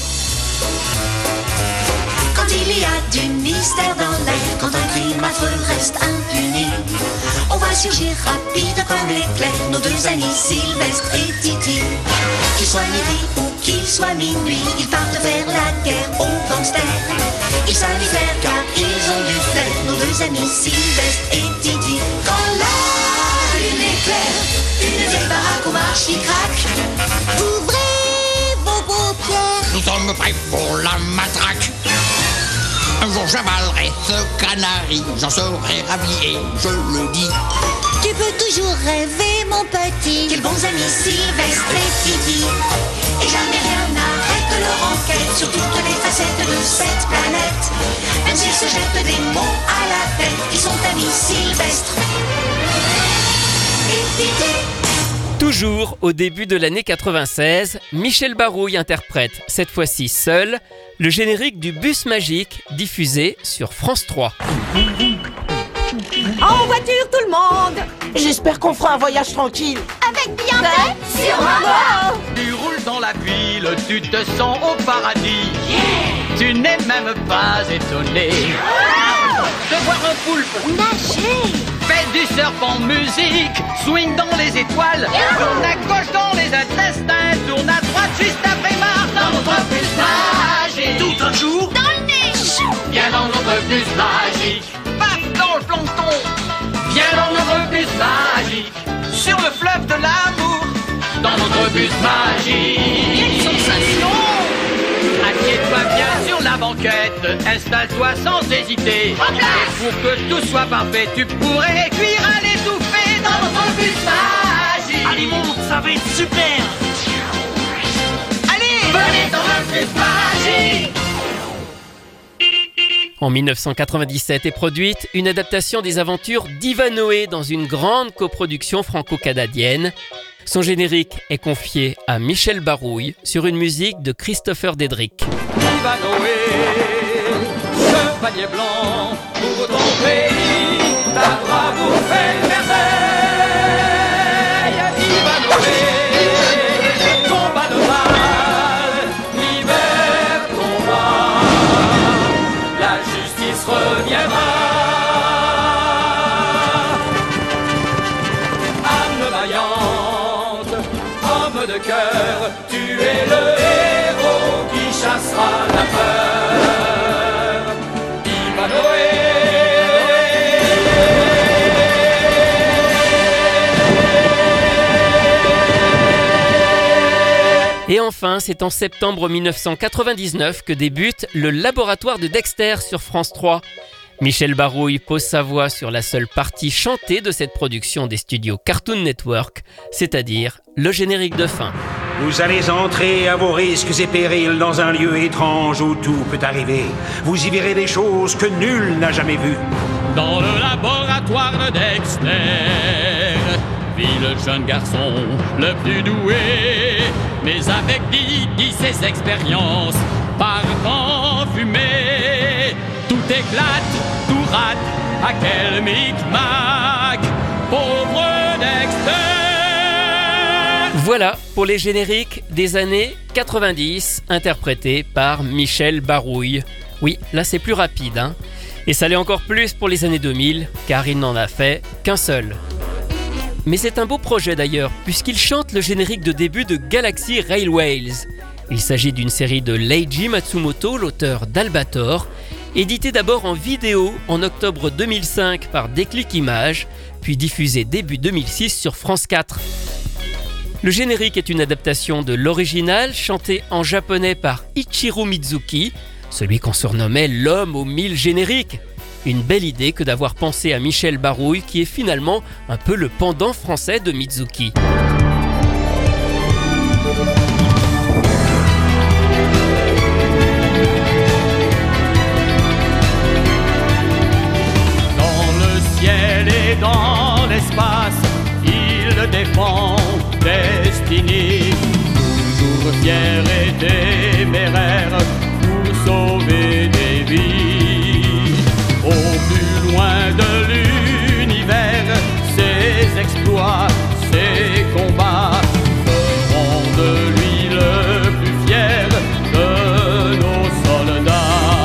Quand il y a du mystère dans l'air, quand un crime affreux reste impuni, on voit surgir rapide comme l'éclair nos deux amis Sylvestre et Titi. Qu'il soit midi ou qu'il soit minuit, ils partent faire la guerre aux gangsters. Ils savent y faire car ils ont du flair, nos deux amis Sylvestre et Titi. Quand la lune éclaire, une vieille baraque au marche qui craque. Ouvrez vos paupières, nous sommes prêts pour la matraque. Un jour j'avalerai ce canari, j'en serai ravi et je le dis. Tu peux toujours rêver mon petit, quels bons amis Sylvestre et Titi. Et jamais rien n'arrête leur enquête sur toutes les facettes de cette planète. Même s'ils se jettent des mots à la tête, ils sont amis Sylvestre et Titi. Toujours au début de l'année quatre-vingt-seize, Michel Barouille interprète, cette fois-ci seul, le générique du Bus Magique diffusé sur France trois. En voiture tout le monde! J'espère qu'on fera un voyage tranquille. Avec avec Beyoncé? Sûrement pas. Tu roules dans la ville, tu te sens au paradis. Yeah. Tu n'es même pas étonné de voir un poulpe nager. Fais du surf en musique, swing dans les étoiles. Yeah. Tourne à gauche dans les intestins, tourne à droite juste après Mars. Dans notre bus magique. Tout un jour dans le niche. Viens dans notre bus magique. Paf dans le plancton. Viens dans notre bus magique. Sur le fleuve de l'amour. Dans notre bus magique. Quelle sensation! Assieds-toi bien sur la banquette, installe-toi sans hésiter. Et pour que tout soit parfait, tu pourrais cuire à l'étouffer dans notre bus magique. Allez monte, ça va être super. Allez, venez dans le bus magique. En dix-neuf cent quatre-vingt-dix-sept est produite une adaptation des aventures d'Ivanhoé dans une grande coproduction franco-canadienne. Son générique est confié à Michel Barouille sur une musique de Christopher Dedrick. Ivanhoé, chevalier blanc, pour ton pays, ta bravoure fait merveille. Ivanhoé, combat de mal, libère ton roi, la justice reviendra. Âme vaillante, homme de cœur, tu es le héros qui chassera la peur. Ivanhoé. Et enfin, c'est en septembre dix-neuf cent quatre-vingt-dix-neuf que débute le Laboratoire de Dexter sur France trois. Michel Barouille pose sa voix sur la seule partie chantée de cette production des studios Cartoon Network, c'est-à-dire le générique de fin. Vous allez entrer à vos risques et périls dans un lieu étrange où tout peut arriver. Vous y verrez des choses que nul n'a jamais vues. Dans le laboratoire de Dexter vit le jeune garçon le plus doué, mais avec Didi ses expériences partent en fumée. Tout éclate, tout rate, à quel micmac, pauvre Dexter. Voilà pour les génériques des années quatre-vingt-dix, interprétés par Michel Barouille. Oui, là c'est plus rapide, hein. Et ça l'est encore plus pour les années deux mille, car il n'en a fait qu'un seul. Mais c'est un beau projet d'ailleurs, puisqu'il chante le générique de début de Galaxy Railways. Il s'agit d'une série de Leiji Matsumoto, l'auteur d'Albator, édité d'abord en vidéo en octobre deux mille cinq par Déclic Images, puis diffusé début deux mille six sur France quatre. Le générique est une adaptation de l'original, chanté en japonais par Ichiro Mizuki, celui qu'on surnommait l'homme aux mille génériques. Une belle idée que d'avoir pensé à Michel Barouille, qui est finalement un peu le pendant français de Mizuki. Et dans l'espace, il défend Destiny, toujours fier et téméraire pour sauver des vies. Au plus loin de l'univers, ses exploits, ses combats feront de lui le plus fier de nos soldats.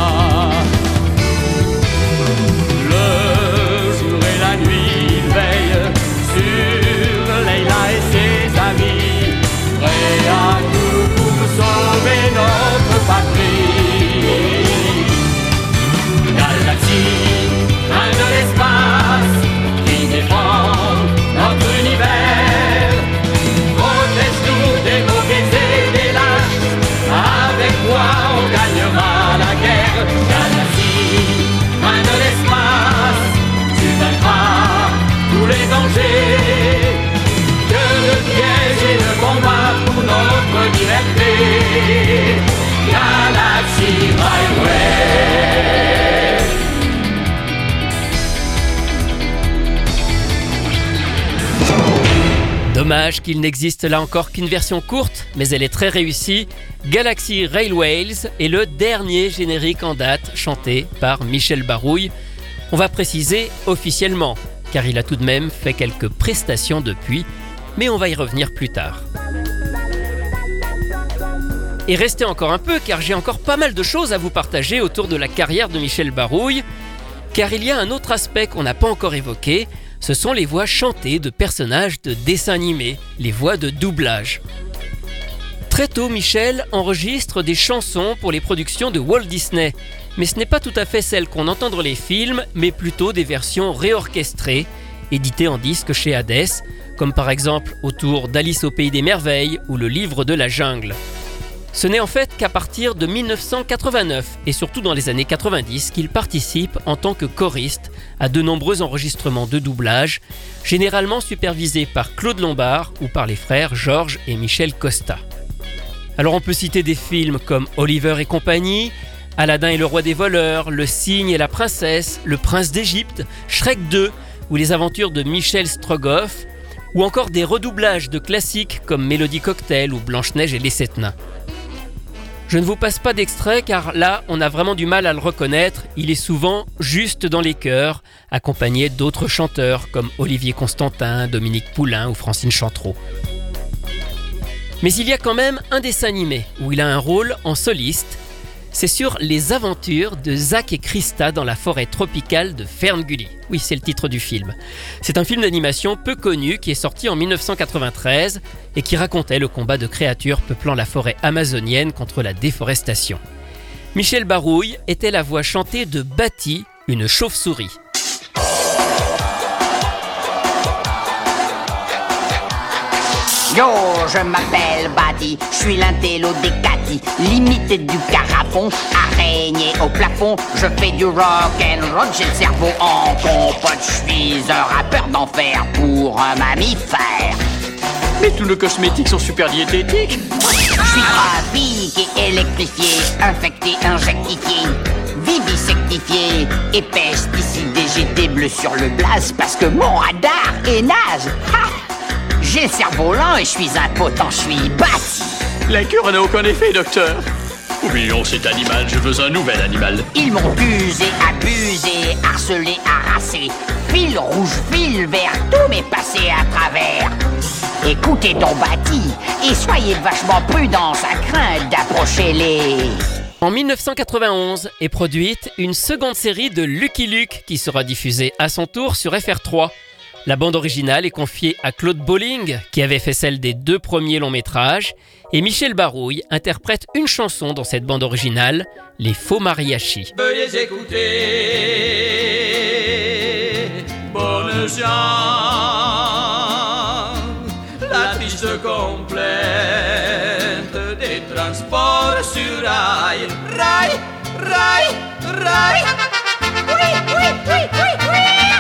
Dommage qu'il n'existe là encore qu'une version courte, mais elle est très réussie. Galaxy Railways est le dernier générique en date chanté par Michel Barouille. On va préciser officiellement, car il a tout de même fait quelques prestations depuis, mais on va y revenir plus tard. Et restez encore un peu car j'ai encore pas mal de choses à vous partager autour de la carrière de Michel Barouille, car il y a un autre aspect qu'on n'a pas encore évoqué, ce sont les voix chantées de personnages de dessins animés, les voix de doublage. Très tôt, Michel enregistre des chansons pour les productions de Walt Disney, mais ce n'est pas tout à fait celles qu'on entend dans les films, mais plutôt des versions réorchestrées, éditées en disque chez Hades, comme par exemple autour d'Alice au Pays des Merveilles ou Le Livre de la Jungle. Ce n'est en fait qu'à partir de dix-neuf cent quatre-vingt-neuf et surtout dans les années quatre-vingt-dix qu'il participe en tant que choriste à de nombreux enregistrements de doublage, généralement supervisés par Claude Lombard ou par les frères Georges et Michel Costa. Alors on peut citer des films comme Oliver et compagnie, Aladdin et le roi des voleurs, Le cygne et la princesse, Le prince d'Égypte, Shrek deux ou Les aventures de Michel Strogoff, ou encore des redoublages de classiques comme Mélodie Cocktail ou Blanche-Neige et les Sept Nains. Je ne vous passe pas d'extrait car là, on a vraiment du mal à le reconnaître, il est souvent juste dans les chœurs, accompagné d'autres chanteurs comme Olivier Constantin, Dominique Poulain ou Francine Chantreau. Mais il y a quand même un dessin animé où il a un rôle en soliste, c'est sur Les aventures de Zach et Krista dans la forêt tropicale de Ferngully. Oui, c'est le titre du film. C'est un film d'animation peu connu qui est sorti en dix-neuf cent quatre-vingt-treize et qui racontait le combat de créatures peuplant la forêt amazonienne contre la déforestation. Michel Barouille était la voix chantée de Batty, une chauve-souris. Yo, je m'appelle Batty, je suis l'intello des Cathy, limité du carafon, araignée au plafond, je fais du rock and roll, j'ai le cerveau en compote, je suis un rappeur d'enfer pour un mammifère. Mais tous nos cosmétiques sont super diététiques. Je suis graphique et électrifié, infecté, injectifié, vivisectifié et pesticidé, j'ai des bleus sur le blaze parce que mon radar est naze. Ha! J'ai le cerveau lent et je suis impotent, je suis Batty. La cure n'a aucun effet, docteur. Oublions cet animal, je veux un nouvel animal. Ils m'ont usé, abusé, harcelé, harassé. Fil rouge, fil vert, tout m'est passé à travers. Écoutez donc Batty et soyez vachement prudents, ça craint d'approcher les... En dix-neuf cent quatre-vingt-onze est produite une seconde série de Lucky Luke qui sera diffusée à son tour sur F R trois. La bande originale est confiée à Claude Bolling, qui avait fait celle des deux premiers longs métrages, et Michel Barouille interprète une chanson dans cette bande originale, Les Faux Mariachis. Veuillez écouter, bonne chance, la triste complainte des transports sur rail, rail, rail, rail. Oui, oui, oui, oui, oui.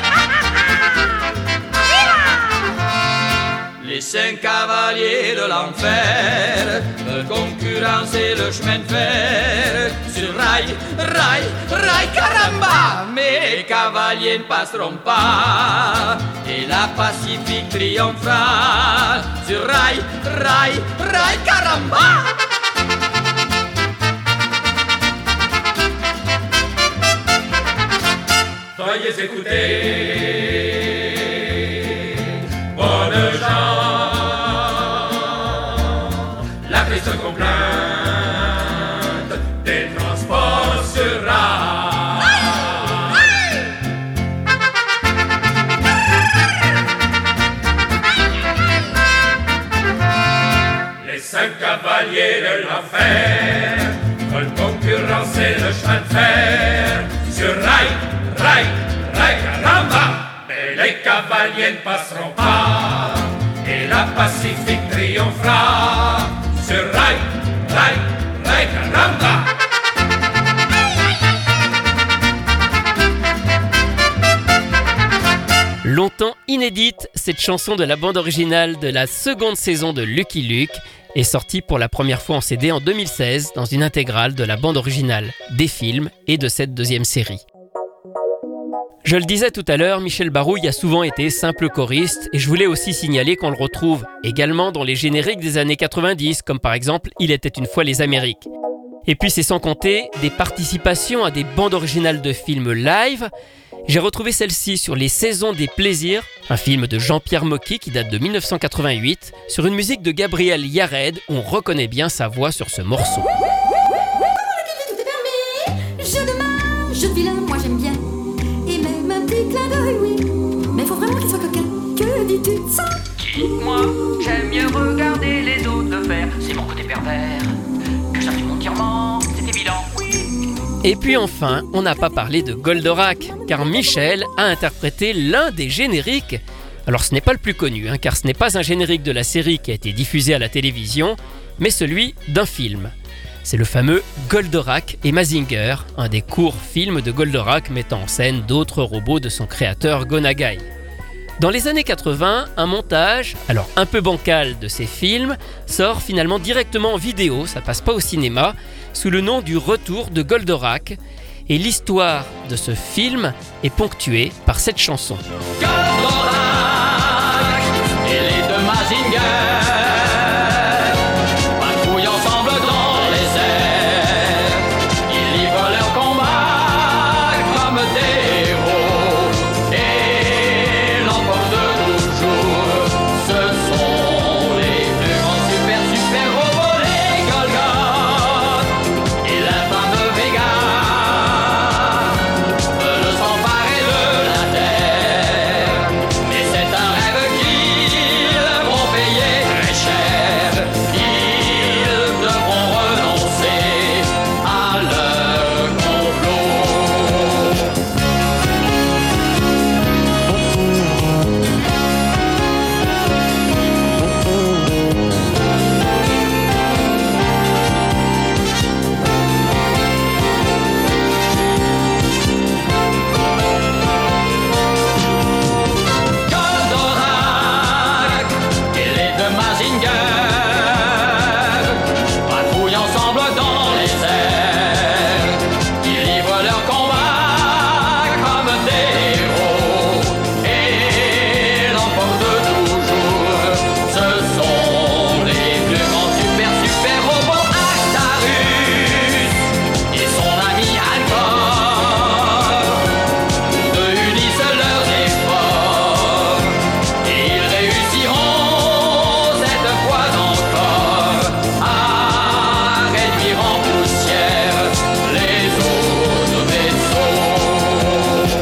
Les cinq cavaliers de l'enfer veulent concurrencer le chemin de fer sur rail, rail, rail, caramba! Mais les cavaliers ne passeront pas et la Pacifique triomphera sur rail, rail, rail, caramba! Veuillez écouter, bonne gens. Complainte des transports sur rail. Les cinq cavaliers de l'enfer veulent concurrencer le chemin de fer sur rail, rail, rail, caramba. Mais les cavaliers ne passeront pas et la Pacifique triomphera sur rail, rail, rail, caramba. Longtemps inédite, cette chanson de la bande originale de la seconde saison de Lucky Luke est sortie pour la première fois en C D en deux mille seize dans une intégrale de la bande originale, des films et de cette deuxième série. Je le disais tout à l'heure, Michel Barouille a souvent été simple choriste et je voulais aussi signaler qu'on le retrouve également dans les génériques des années quatre-vingt-dix, comme par exemple « Il était une fois les Amériques ». Et puis c'est sans compter des participations à des bandes originales de films live J'ai retrouvé celle-ci sur Les Saisons des Plaisirs, un film de Jean-Pierre Mocky qui date de mille neuf cent quatre-vingt-huit, sur une musique de Gabriel Yared où on reconnaît bien sa voix sur ce morceau. Je demande, je vilain, moi j'aime bien. Et même un petit clin d'œil, oui. Mais faut vraiment qu'il soit coquin. Que dis-tu de ça? Moi, j'aime mieux regarder les autres le faire. C'est mon côté pervers. Que j'appuie mon tirement, c'est évident, oui. Et puis enfin, on n'a pas parlé de Goldorak, car Michel a interprété l'un des génériques. Alors ce n'est pas le plus connu, hein, car ce n'est pas un générique de la série qui a été diffusé à la télévision, mais celui d'un film. C'est le fameux Goldorak et Mazinger, un des courts films de Goldorak mettant en scène d'autres robots de son créateur Go Nagai. Dans les années quatre-vingts, un montage, alors un peu bancal de ces films, sort finalement directement en vidéo, ça passe pas au cinéma, sous le nom du Retour de Goldorak. Et l'histoire de ce film est ponctuée par cette chanson. Goldorak et les deux Mazinger patrouillent ensemble dans les airs. Ils livrent leur combat comme des héros et l'emportent toujours. Ce sont les plus grands super super robots, les Golgoth et l'infâme Vega veulent s'emparer de la terre. Mais c'est un rêve qu'ils vont payer très cher. Ils devront renoncer à leur complot. Goldorak et les deux Mazinger patrouillent ensemble dans les airs. Ils livrent leur combat comme des héros et l'emportent toujours. Ce sont les plus grands super super robots. Actarus et son ami Alcor, tous deux unissent leurs efforts et ils réussiront cette fois encore à réduire en poussière les autres vaisseaux.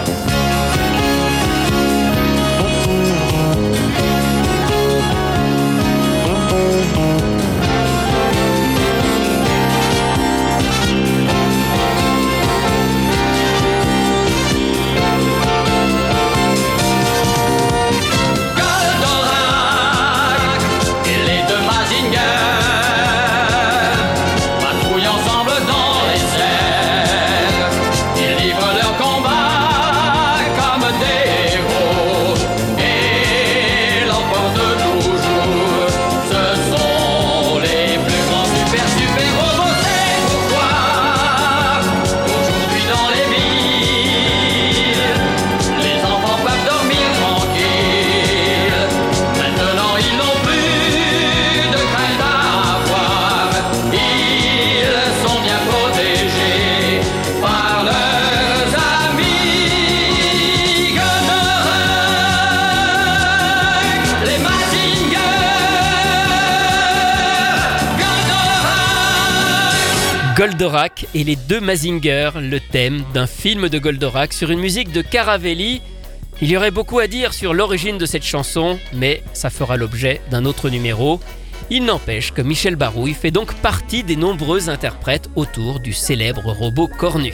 Goldorak et les deux Mazinger patrouillent ensemble dans les airs. Ils livrent leur combat comme des héros et l'emportent toujours. Ce sont les plus grands super super robots. C'est pourquoi aujourd'hui dans les villes, les enfants peuvent dormir tranquilles. Maintenant ils n'ont plus de crainte à avoir. Ils sont bien protégés par leurs amis. Goldorak, les Mazinger. Goldorak. Goldorak et les deux Mazinger, le thème d'un film de Goldorak sur une musique de Caravelli. Il y aurait beaucoup à dire sur l'origine de cette chanson, mais ça fera l'objet d'un autre numéro. Il n'empêche que Michel Barouille fait donc partie des nombreux interprètes autour du célèbre robot cornu.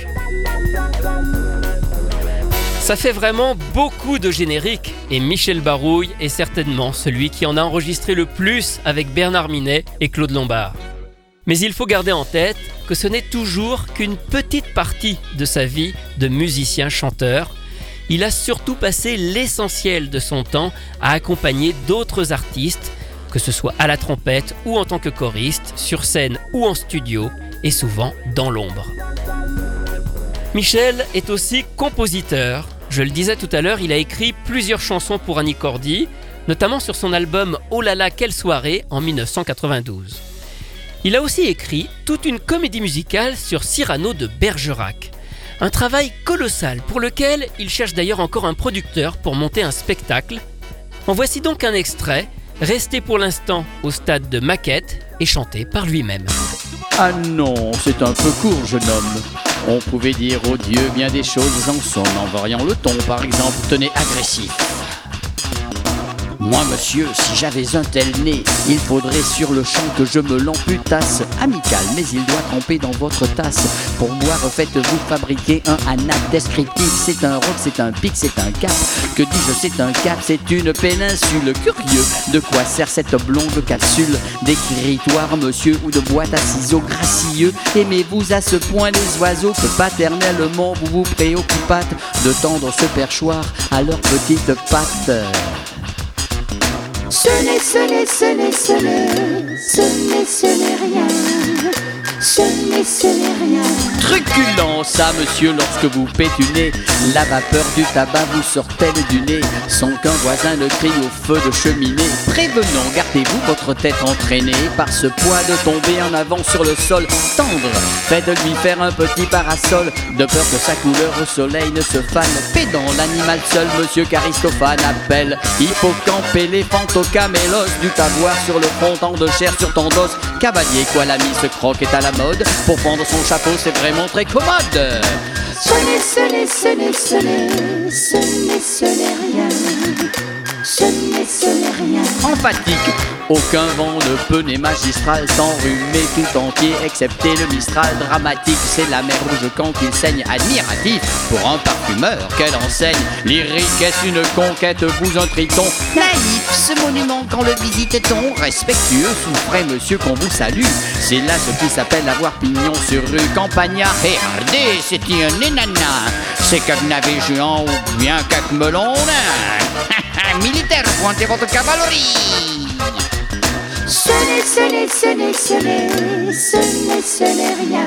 Ça fait vraiment beaucoup de génériques et Michel Barouille est certainement celui qui en a enregistré le plus avec Bernard Minet et Claude Lombard. Mais il faut garder en tête que ce n'est toujours qu'une petite partie de sa vie de musicien-chanteur. Il a surtout passé l'essentiel de son temps à accompagner d'autres artistes, que ce soit à la trompette ou en tant que choriste, sur scène ou en studio, et souvent dans l'ombre. Michel est aussi compositeur. Je le disais tout à l'heure, il a écrit plusieurs chansons pour Annie Cordy, notamment sur son album « Oh là là, quelle soirée » en dix-neuf cent quatre-vingt-douze. Il a aussi écrit toute une comédie musicale sur Cyrano de Bergerac. Un travail colossal pour lequel il cherche d'ailleurs encore un producteur pour monter un spectacle. En voici donc un extrait, resté pour l'instant au stade de maquette et chanté par lui-même. Ah non, c'est un peu court, jeune homme. On pouvait dire au Dieu bien des choses en son, en variant le ton, par exemple, tenez agressif. Moi, monsieur, si j'avais un tel nez, il faudrait sur le champ que je me l'amputasse. Amical, mais il doit tremper dans votre tasse. Pour boire, faites-vous fabriquer un anac descriptif. C'est un roc, c'est un pic, c'est un cap. Que dis-je, c'est un cap, c'est une péninsule. Curieux, de quoi sert cette blonde capsule d'écritoire, monsieur, ou de boîte à ciseaux gracieux? Aimez-vous à ce point les oiseaux que paternellement vous vous préoccupâtes de tendre ce perchoir à leurs petites pattes? Ce n'est, ce n'est, ce n'est, ce n'est, ce n'est, ce n'est rien. Ce n'est, ce n'est rien. Truculent, ça, monsieur, lorsque vous pétunez, la vapeur du tabac vous sort-elle du nez sans qu'un voisin ne crie au feu de cheminée? Prévenons, gardez-vous votre tête entraînée par ce poids de tomber en avant sur le sol tendre. Faites de lui faire un petit parasol, de peur que sa couleur au soleil ne se fane. Pédant, l'animal seul, monsieur Caristophane appelle. Hippocampe, éléphant au camélos, du t'avoir sur le front, tant de chair sur ton dos. Cavalier, quoi l'ami, ce croc est à la mode. Pour prendre son chapeau, c'est vraiment très commode. Ce n'est, ce n'est, ce n'est, ce n'est, ce n'est, ce n'est rien. Ce n'est, ce n'est rien. Emphatique, aucun vent ne peut n'est magistral s'enrhumer tout entier, excepté le Mistral dramatique. C'est la mer rouge quand il saigne, admiratif pour un parfumeur. Quelle enseigne lyrique, est-ce une conquête, vous un triton naïf, ce monument quand le visite-t-on respectueux, souffrez monsieur qu'on vous salue. C'est là ce qui s'appelle avoir pignon sur rue. Campagnard, regardez, c'est un énana, c'est qu'un navet géant ou bien qu'un melon. Militaire, pointez votre cavalerie. Ce n'est, ce n'est, ce n'est, ce n'est, ce n'est, ce n'est rien.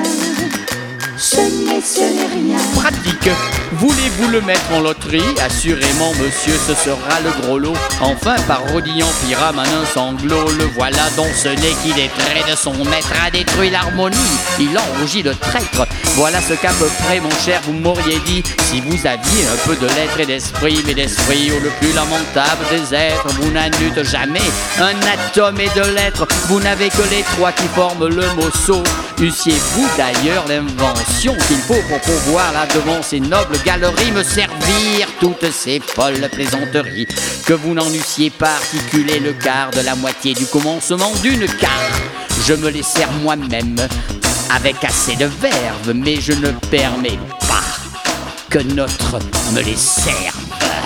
Ce n'est, ce n'est rien. Pratique, voulez-vous le mettre en loterie? Assurément, monsieur, ce sera le gros lot. Enfin, parodillant pyramide, un sanglot, le voilà dont ce n'est qu'il est près de son maître, a détruit l'harmonie. Il en rougit le traître. Voilà ce qu'à peu près, mon cher, vous m'auriez dit si vous aviez un peu de lettres et d'esprit. Mais l'esprit, au le plus lamentable des êtres, vous n'annûtes jamais un atome et de lettres. Vous n'avez que les trois qui forment le mot sot. Eussiez-vous d'ailleurs l'invention qu'il faut pour pouvoir là devant ces nobles galeries me servir toutes ces folles plaisanteries, que vous n'en eussiez pas articulé le quart de la moitié du commencement d'une carte. Je me les sers moi-même avec assez de verve, mais je ne permets pas que notre me les serve.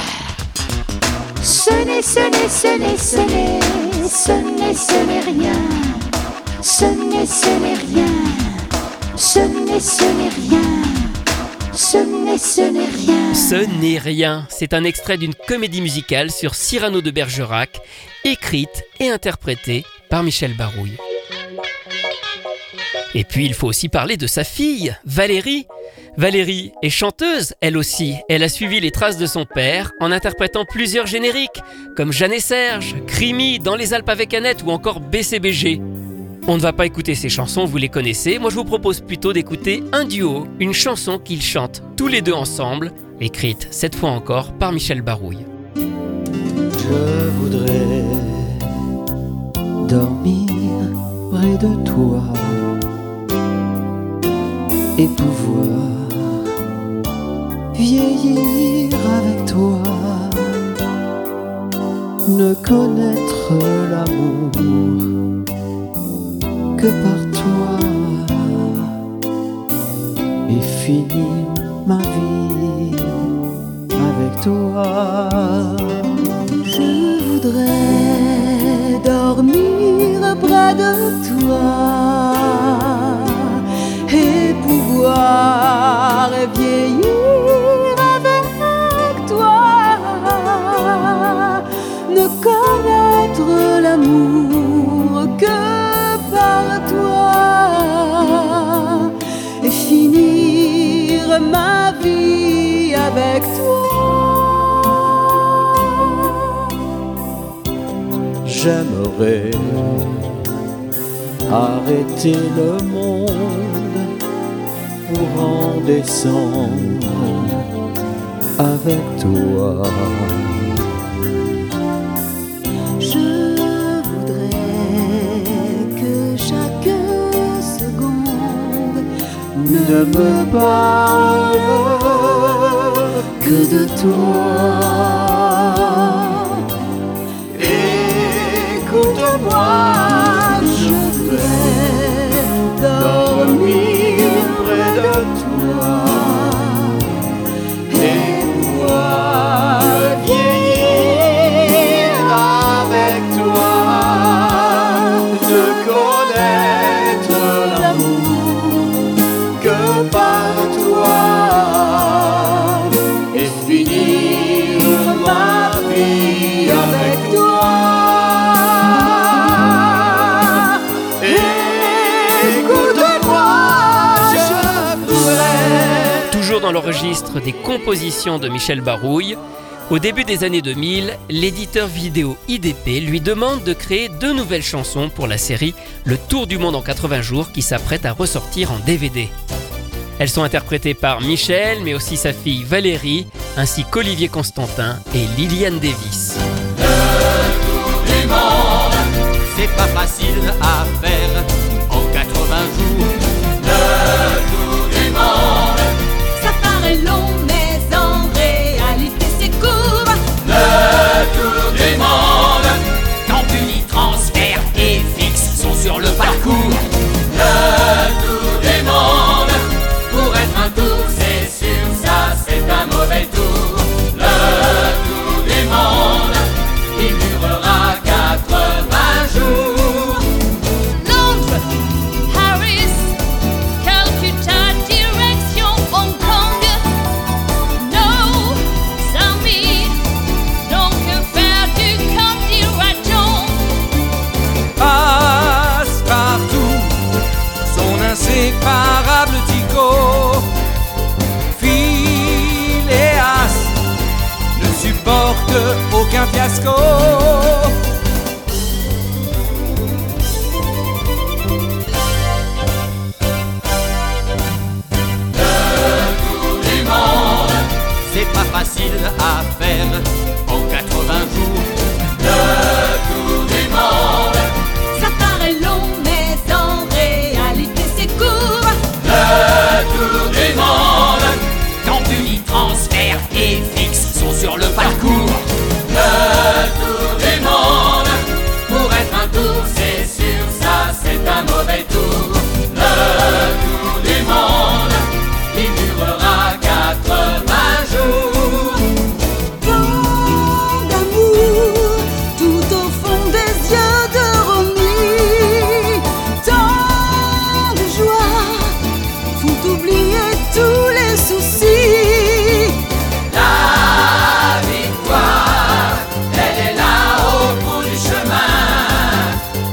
Ce n'est, ce n'est, ce n'est, ce n'est, ce n'est, ce n'est rien. Ce n'est, ce n'est rien. Ce n'est, ce n'est rien. Ce n'est, ce n'est rien. Ce n'est rien. C'est un extrait d'une comédie musicale sur Cyrano de Bergerac, écrite et interprétée par Michel Barouille. Et puis il faut aussi parler de sa fille, Valérie. Valérie est chanteuse, elle aussi. Elle a suivi les traces de son père en interprétant plusieurs génériques, comme Jeanne et Serge, Crimi, Dans les Alpes avec Annette ou encore B C B G. On ne va pas écouter ces chansons, vous les connaissez. Moi je vous propose plutôt d'écouter un duo, une chanson qu'ils chantent tous les deux ensemble, écrite cette fois encore par Michel Barouille. Je voudrais dormir près de toi et pouvoir vieillir avec toi, ne connaître l'amour que par toi et finir ma vie avec toi. Je voudrais dormir près de toi et pouvoir vieillir avec toi, ne connaître l'amour que par toi et finir ma vie avec toi. J'aimerais arrêter le monde, pour en descendre avec toi. Je voudrais que chaque seconde ne me parle que de toi. Écoute-moi, je voudrais dormir près de toi et pouvoir vieillir avec toi, de connaître l'amour que par toi et finir ma vie avec toi. Dans le registre des compositions de Michel Barouille, au début des années deux mille, l'éditeur vidéo I D P lui demande de créer deux nouvelles chansons pour la série Le Tour du Monde en quatre-vingts jours qui s'apprête à ressortir en D V D. Elles sont interprétées par Michel, mais aussi sa fille Valérie, ainsi qu'Olivier Constantin et Liliane Davis. Le tour du monde, c'est pas facile à faire en quatre-vingts jours. Le tour du monde, long, mais en réalité c'est court. Le tour du monde, quand Bully, Transfert et Fix sont sur le parcours. Le tour du monde, pour être un tour, c'est sûr, ça c'est un mauvais tour. Le tour du monde, il durera quatre-vingts jours. Londres, Paris, Calcutta, direction Hong Kong. Inséparable Tico, Phileas ne supporte aucun fiasco. Le tour du monde, c'est pas facile à faire en quatre-vingts jours. Le tour du monde, ça paraît long, mais en réalité c'est court. Le tour du monde, quand Bully, Transfert et Fix sont sur le parcours. Le tour du monde, pour être un tour, c'est sûr, ça c'est un mauvais tour. Le tour du monde, il durera quatre-vingts jours. Tant d'amour tout au fond des yeux de Romy, tant de joie faut oublier tous les soucis. La victoire, elle est là au bout du chemin,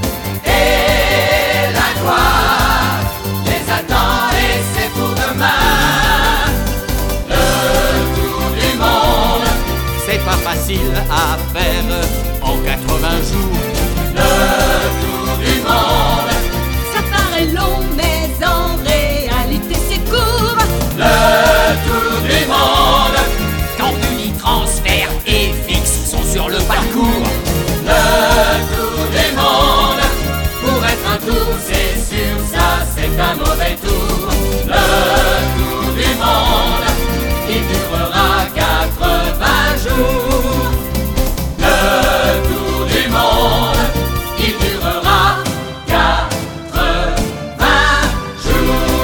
et la gloire les attend et c'est pour demain. Le tour du monde, c'est pas facile à faire en quatre-vingts jours. Le tour du monde, ça paraît long, mais en réalité c'est court. le tour du monde, quand Bully, Transfert et Fix sont sur le parcours. Le tour du monde, pour être un tour, c'est sûr, ça c'est un mauvais tour. Le tour du monde, il durera quatre-vingts jours. Le tour du monde, il durera quatre-vingts jours.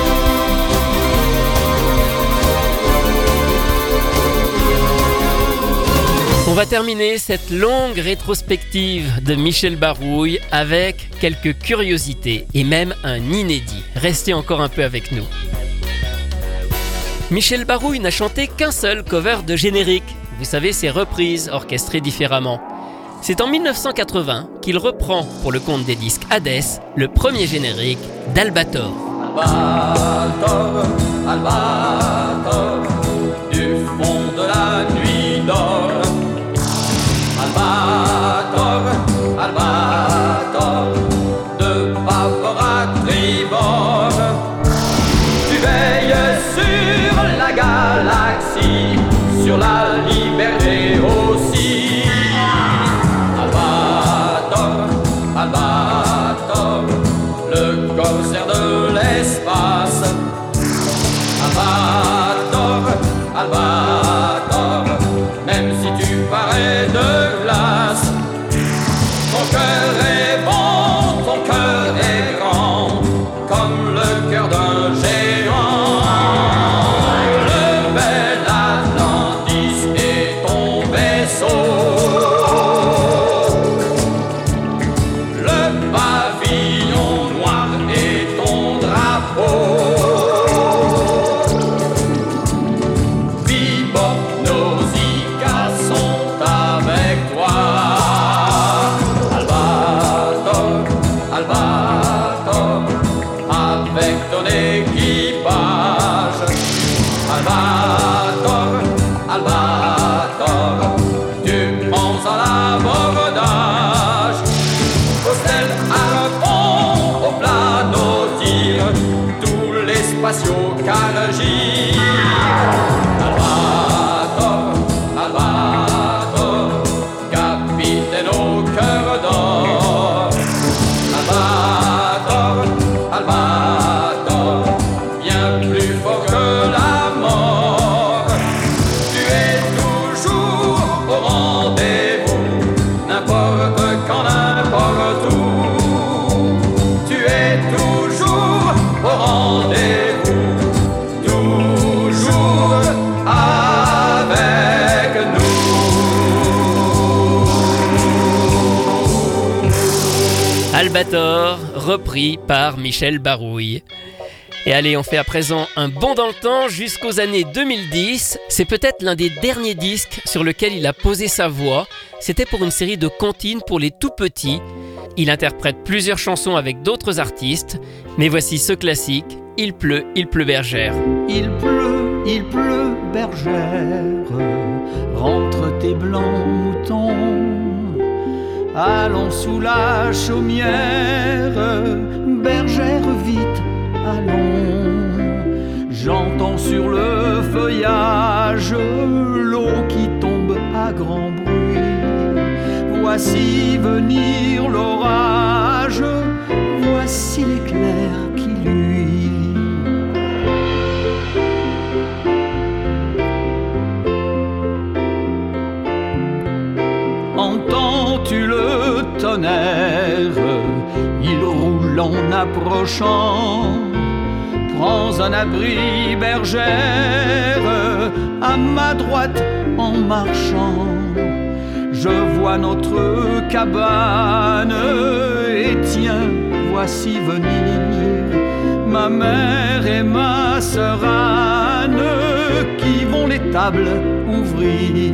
On va terminer cette longue rétrospective de Michel Barouille avec quelques curiosités et même un inédit. Restez encore un peu avec nous. Michel Barouille n'a chanté qu'un seul cover de générique. Vous savez, ces reprises orchestrées différemment. C'est en mille neuf cent quatre-vingts qu'il reprend pour le compte des disques Hades le premier générique d'Albator. Albator, Albator, du fond de la nuit d'or. Albator, Albator, de bâbord à tribord. Tu veilles le corsaire de l'espace. Albator, Albator, même si tu parais de glace, ton cœur est bon, ton cœur est grand, comme le cœur d'un géant. Le bel Atlantis est ton vaisseau, le pavillon noir est ton drapeau. Caragir. Albator, Albator, capitaine au cœur d'or. Albator, Albator, bien plus fort que la mort. Tu es toujours au rendez-vous, n'importe quand, n'importe où. Tu es toujours au rendez-vous. Albator, repris par Michel Barouille. Et allez, on fait à présent un bond dans le temps jusqu'aux années deux mille dix. C'est peut-être l'un des derniers disques sur lequel il a posé sa voix. C'était pour une série de comptines pour les tout petits. Il interprète plusieurs chansons avec d'autres artistes. Mais voici ce classique, Il pleut, il pleut bergère. Il pleut, il pleut bergère, rentre tes blancs moutons. Allons sous la chaumière, bergère vite, allons. J'entends sur le feuillage l'eau qui tombe à grand bruit. Voici venir l'orage, voici l'éclair qui luit. Entends-tu le tonnerre? Il roule en approchant. Prends un abri, bergère, à ma droite en marchant. Je vois notre cabane et tiens, voici venir ma mère et ma sœur Anne qui vont les tables ouvrir.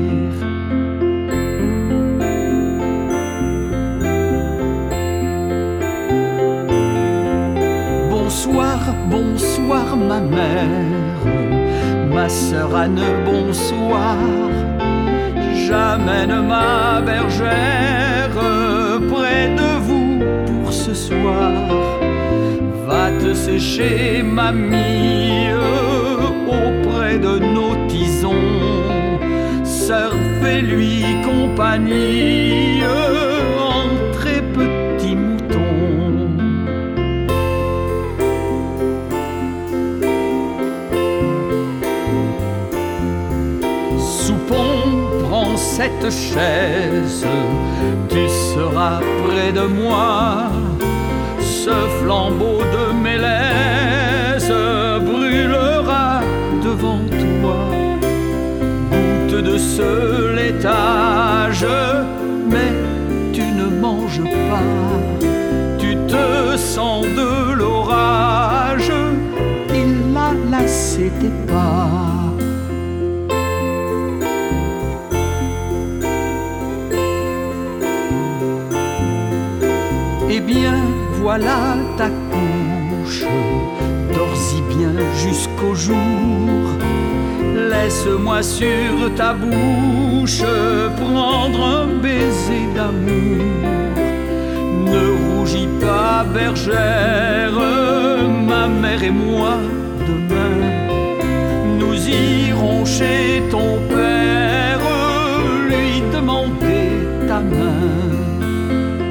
Bonsoir, bonsoir ma mère, ma sœur Anne, bonsoir. J'amène ma bergère près de vous pour ce soir. Va te sécher, mamie, auprès de nos tisons. Sœur, fais-lui compagnie, entrez petits moutons. Soupons, prends cette chaise, tu seras près de moi. Ce flambeau de mélèze brûlera devant toi. Goûte de ce laitage, mais tu ne manges pas. Tu te sens de l'orage, il a lassé tes pas. Eh bien, voilà ta couche, dors-y bien jusqu'au jour. Laisse-moi sur ta bouche prendre un baiser d'amour. Ne rougis pas, bergère, ma mère et moi, demain, nous irons chez ton père, lui demander ta main.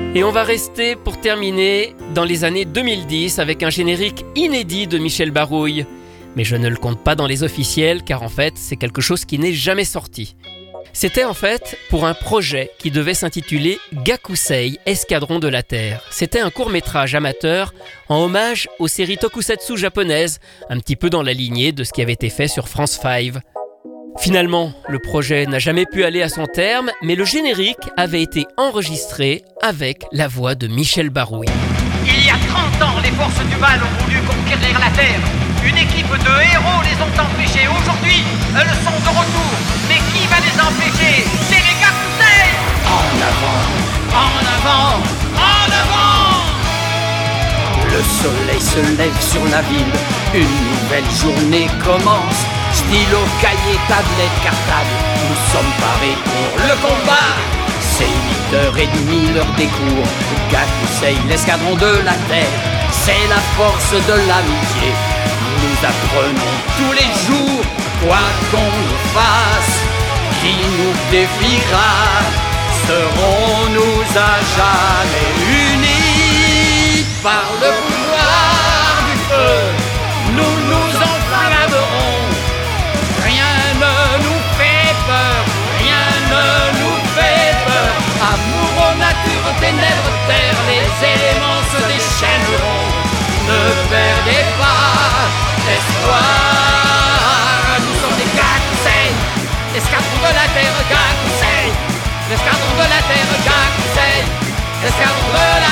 Et on va rester pour terminer dans les années deux mille dix avec un générique inédit de Michel Barouille. Mais je ne le compte pas dans les officiels car en fait c'est quelque chose qui n'est jamais sorti. C'était en fait pour un projet qui devait s'intituler Gakusei, Escadron de la Terre. C'était un court-métrage amateur en hommage aux séries tokusatsu japonaises, un petit peu dans la lignée de ce qui avait été fait sur France cinq. Finalement, le projet n'a jamais pu aller à son terme, mais le générique avait été enregistré avec la voix de Michel Barouille. Il y a trente ans, les forces du mal ont voulu conquérir la Terre. Une équipe de héros les ont empêchés. Aujourd'hui, elles sont de retour. Mais qui va les empêcher? C'est les Gakusei! En avant, en avant, en avant! Le soleil se lève sur la ville. Une nouvelle journée commence. Stylo, cahier, tablette, cartable. Nous sommes parés pour le combat. C'est huit heures trente, l'heure des cours. Gakusei, l'escadron de la Terre. C'est la force de l'amitié. Nous apprenons tous les jours, quoi qu'on nous fasse, qui nous défiera, serons-nous à jamais unis par le pouvoir du feu. Nous nous enflammerons, rien ne nous fait peur, rien ne nous fait peur. Amour, nature, ténèbres, terre, les éléments se déchaîneront. Ne perdez pas espoir. Nous sommes des Gakusei, l'escadron de la Terre, Gakusei, l'escadron de la Terre, Gakusei, l'escadron de la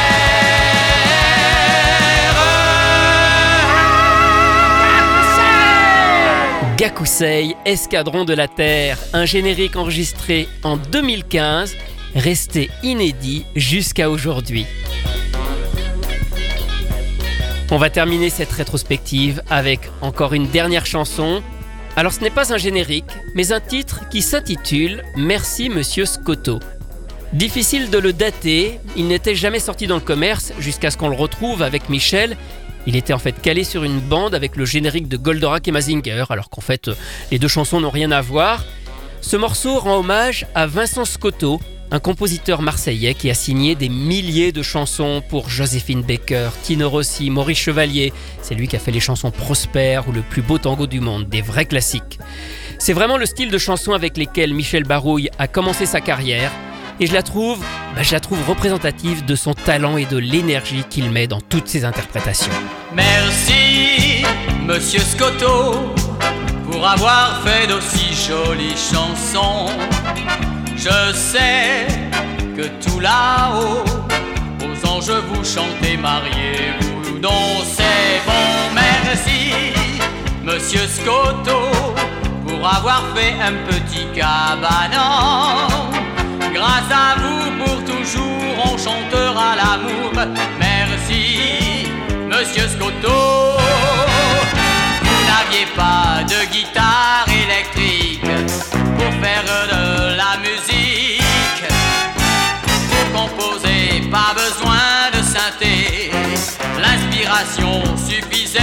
Terre. Gakusei, escadron de la Terre, un générique enregistré en deux mille quinze, resté inédit jusqu'à aujourd'hui. On va terminer cette rétrospective avec encore une dernière chanson. Alors ce n'est pas un générique, mais un titre qui s'intitule « Merci Monsieur Scotto ». Difficile de le dater, il n'était jamais sorti dans le commerce jusqu'à ce qu'on le retrouve avec Michel. Il était en fait calé sur une bande avec le générique de Goldorak et Mazinger, alors qu'en fait les deux chansons n'ont rien à voir. Ce morceau rend hommage à Vincent Scotto, un compositeur marseillais qui a signé des milliers de chansons pour Joséphine Baker, Tino Rossi, Maurice Chevalier. C'est lui qui a fait les chansons Prosper ou Le plus beau tango du monde, des vrais classiques. C'est vraiment le style de chansons avec lesquelles Michel Barouille a commencé sa carrière et je la trouve, bah je la trouve représentative de son talent et de l'énergie qu'il met dans toutes ses interprétations. Merci, Monsieur Scotto, pour avoir fait d'aussi jolies chansons. Je sais que tout là-haut, aux anges vous chantez, mariez-vous, donc c'est bon. Merci, Monsieur Scotto, pour avoir fait un petit cabanon. Grâce à vous, pour toujours, on chantera l'amour. Merci, Monsieur Scotto. Vous n'aviez pas de guitare électrique pour faire de la musique. Pour composer, pas besoin de synthé, l'inspiration suffisait.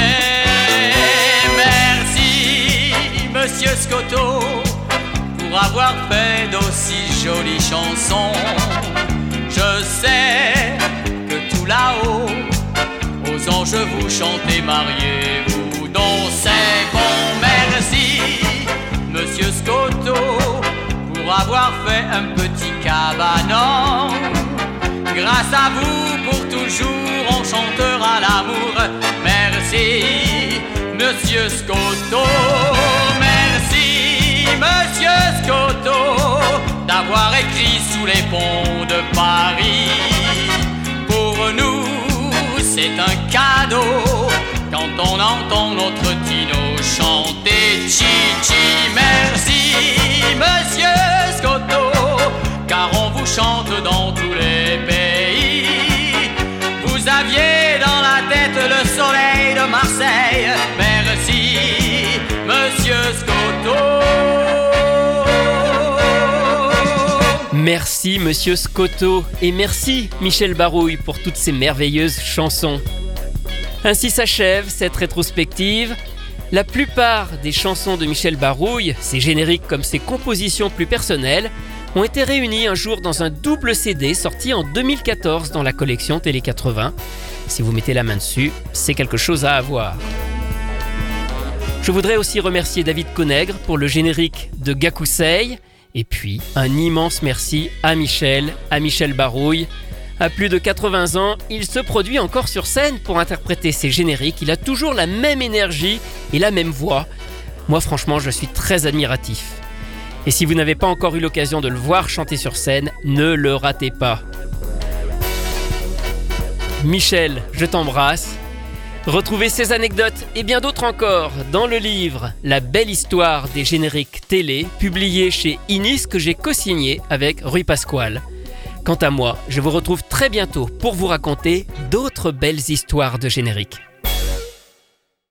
Merci, Monsieur Scotto, pour avoir fait d'aussi jolies chansons. Je sais que tout là-haut, aux anges vous chantez, mariez-vous, donc c'est bon. Merci, Monsieur Scotto, pour avoir fait un petit cabanon. Grâce à vous, pour toujours, on chantera l'amour. Merci, Monsieur Scotto. Merci, Monsieur Scotto, d'avoir écrit sous les ponts de Paris. Pour nous, c'est un cadeau quand on entend notre Tino chanter Chi-Chi. Merci, Monsieur Scotto, car on vous chante dans tous les pays. Vous aviez dans la tête le soleil de Marseille. Merci, Monsieur Scotto. Merci Monsieur Scotto et merci Michel Barouille pour toutes ces merveilleuses chansons. Ainsi s'achève cette rétrospective. La plupart des chansons de Michel Barouille, ses génériques comme ses compositions plus personnelles, ont été réunis un jour dans un double C D sorti en deux mille quatorze dans la collection Télé quatre-vingts. Si vous mettez la main dessus, c'est quelque chose à avoir. Je voudrais aussi remercier David Conègre pour le générique de Gakusei. Et puis, un immense merci à Michel, à Michel Barouille. À plus de quatre-vingts ans, il se produit encore sur scène pour interpréter ses génériques. Il a toujours la même énergie et la même voix. Moi, franchement, je suis très admiratif. Et si vous n'avez pas encore eu l'occasion de le voir chanter sur scène, ne le ratez pas. Michel, je t'embrasse. Retrouvez ces anecdotes et bien d'autres encore dans le livre « La belle histoire des génériques télé » publié chez Inis que j'ai co-signé avec Rui Pasquale. Quant à moi, je vous retrouve très bientôt pour vous raconter d'autres belles histoires de génériques.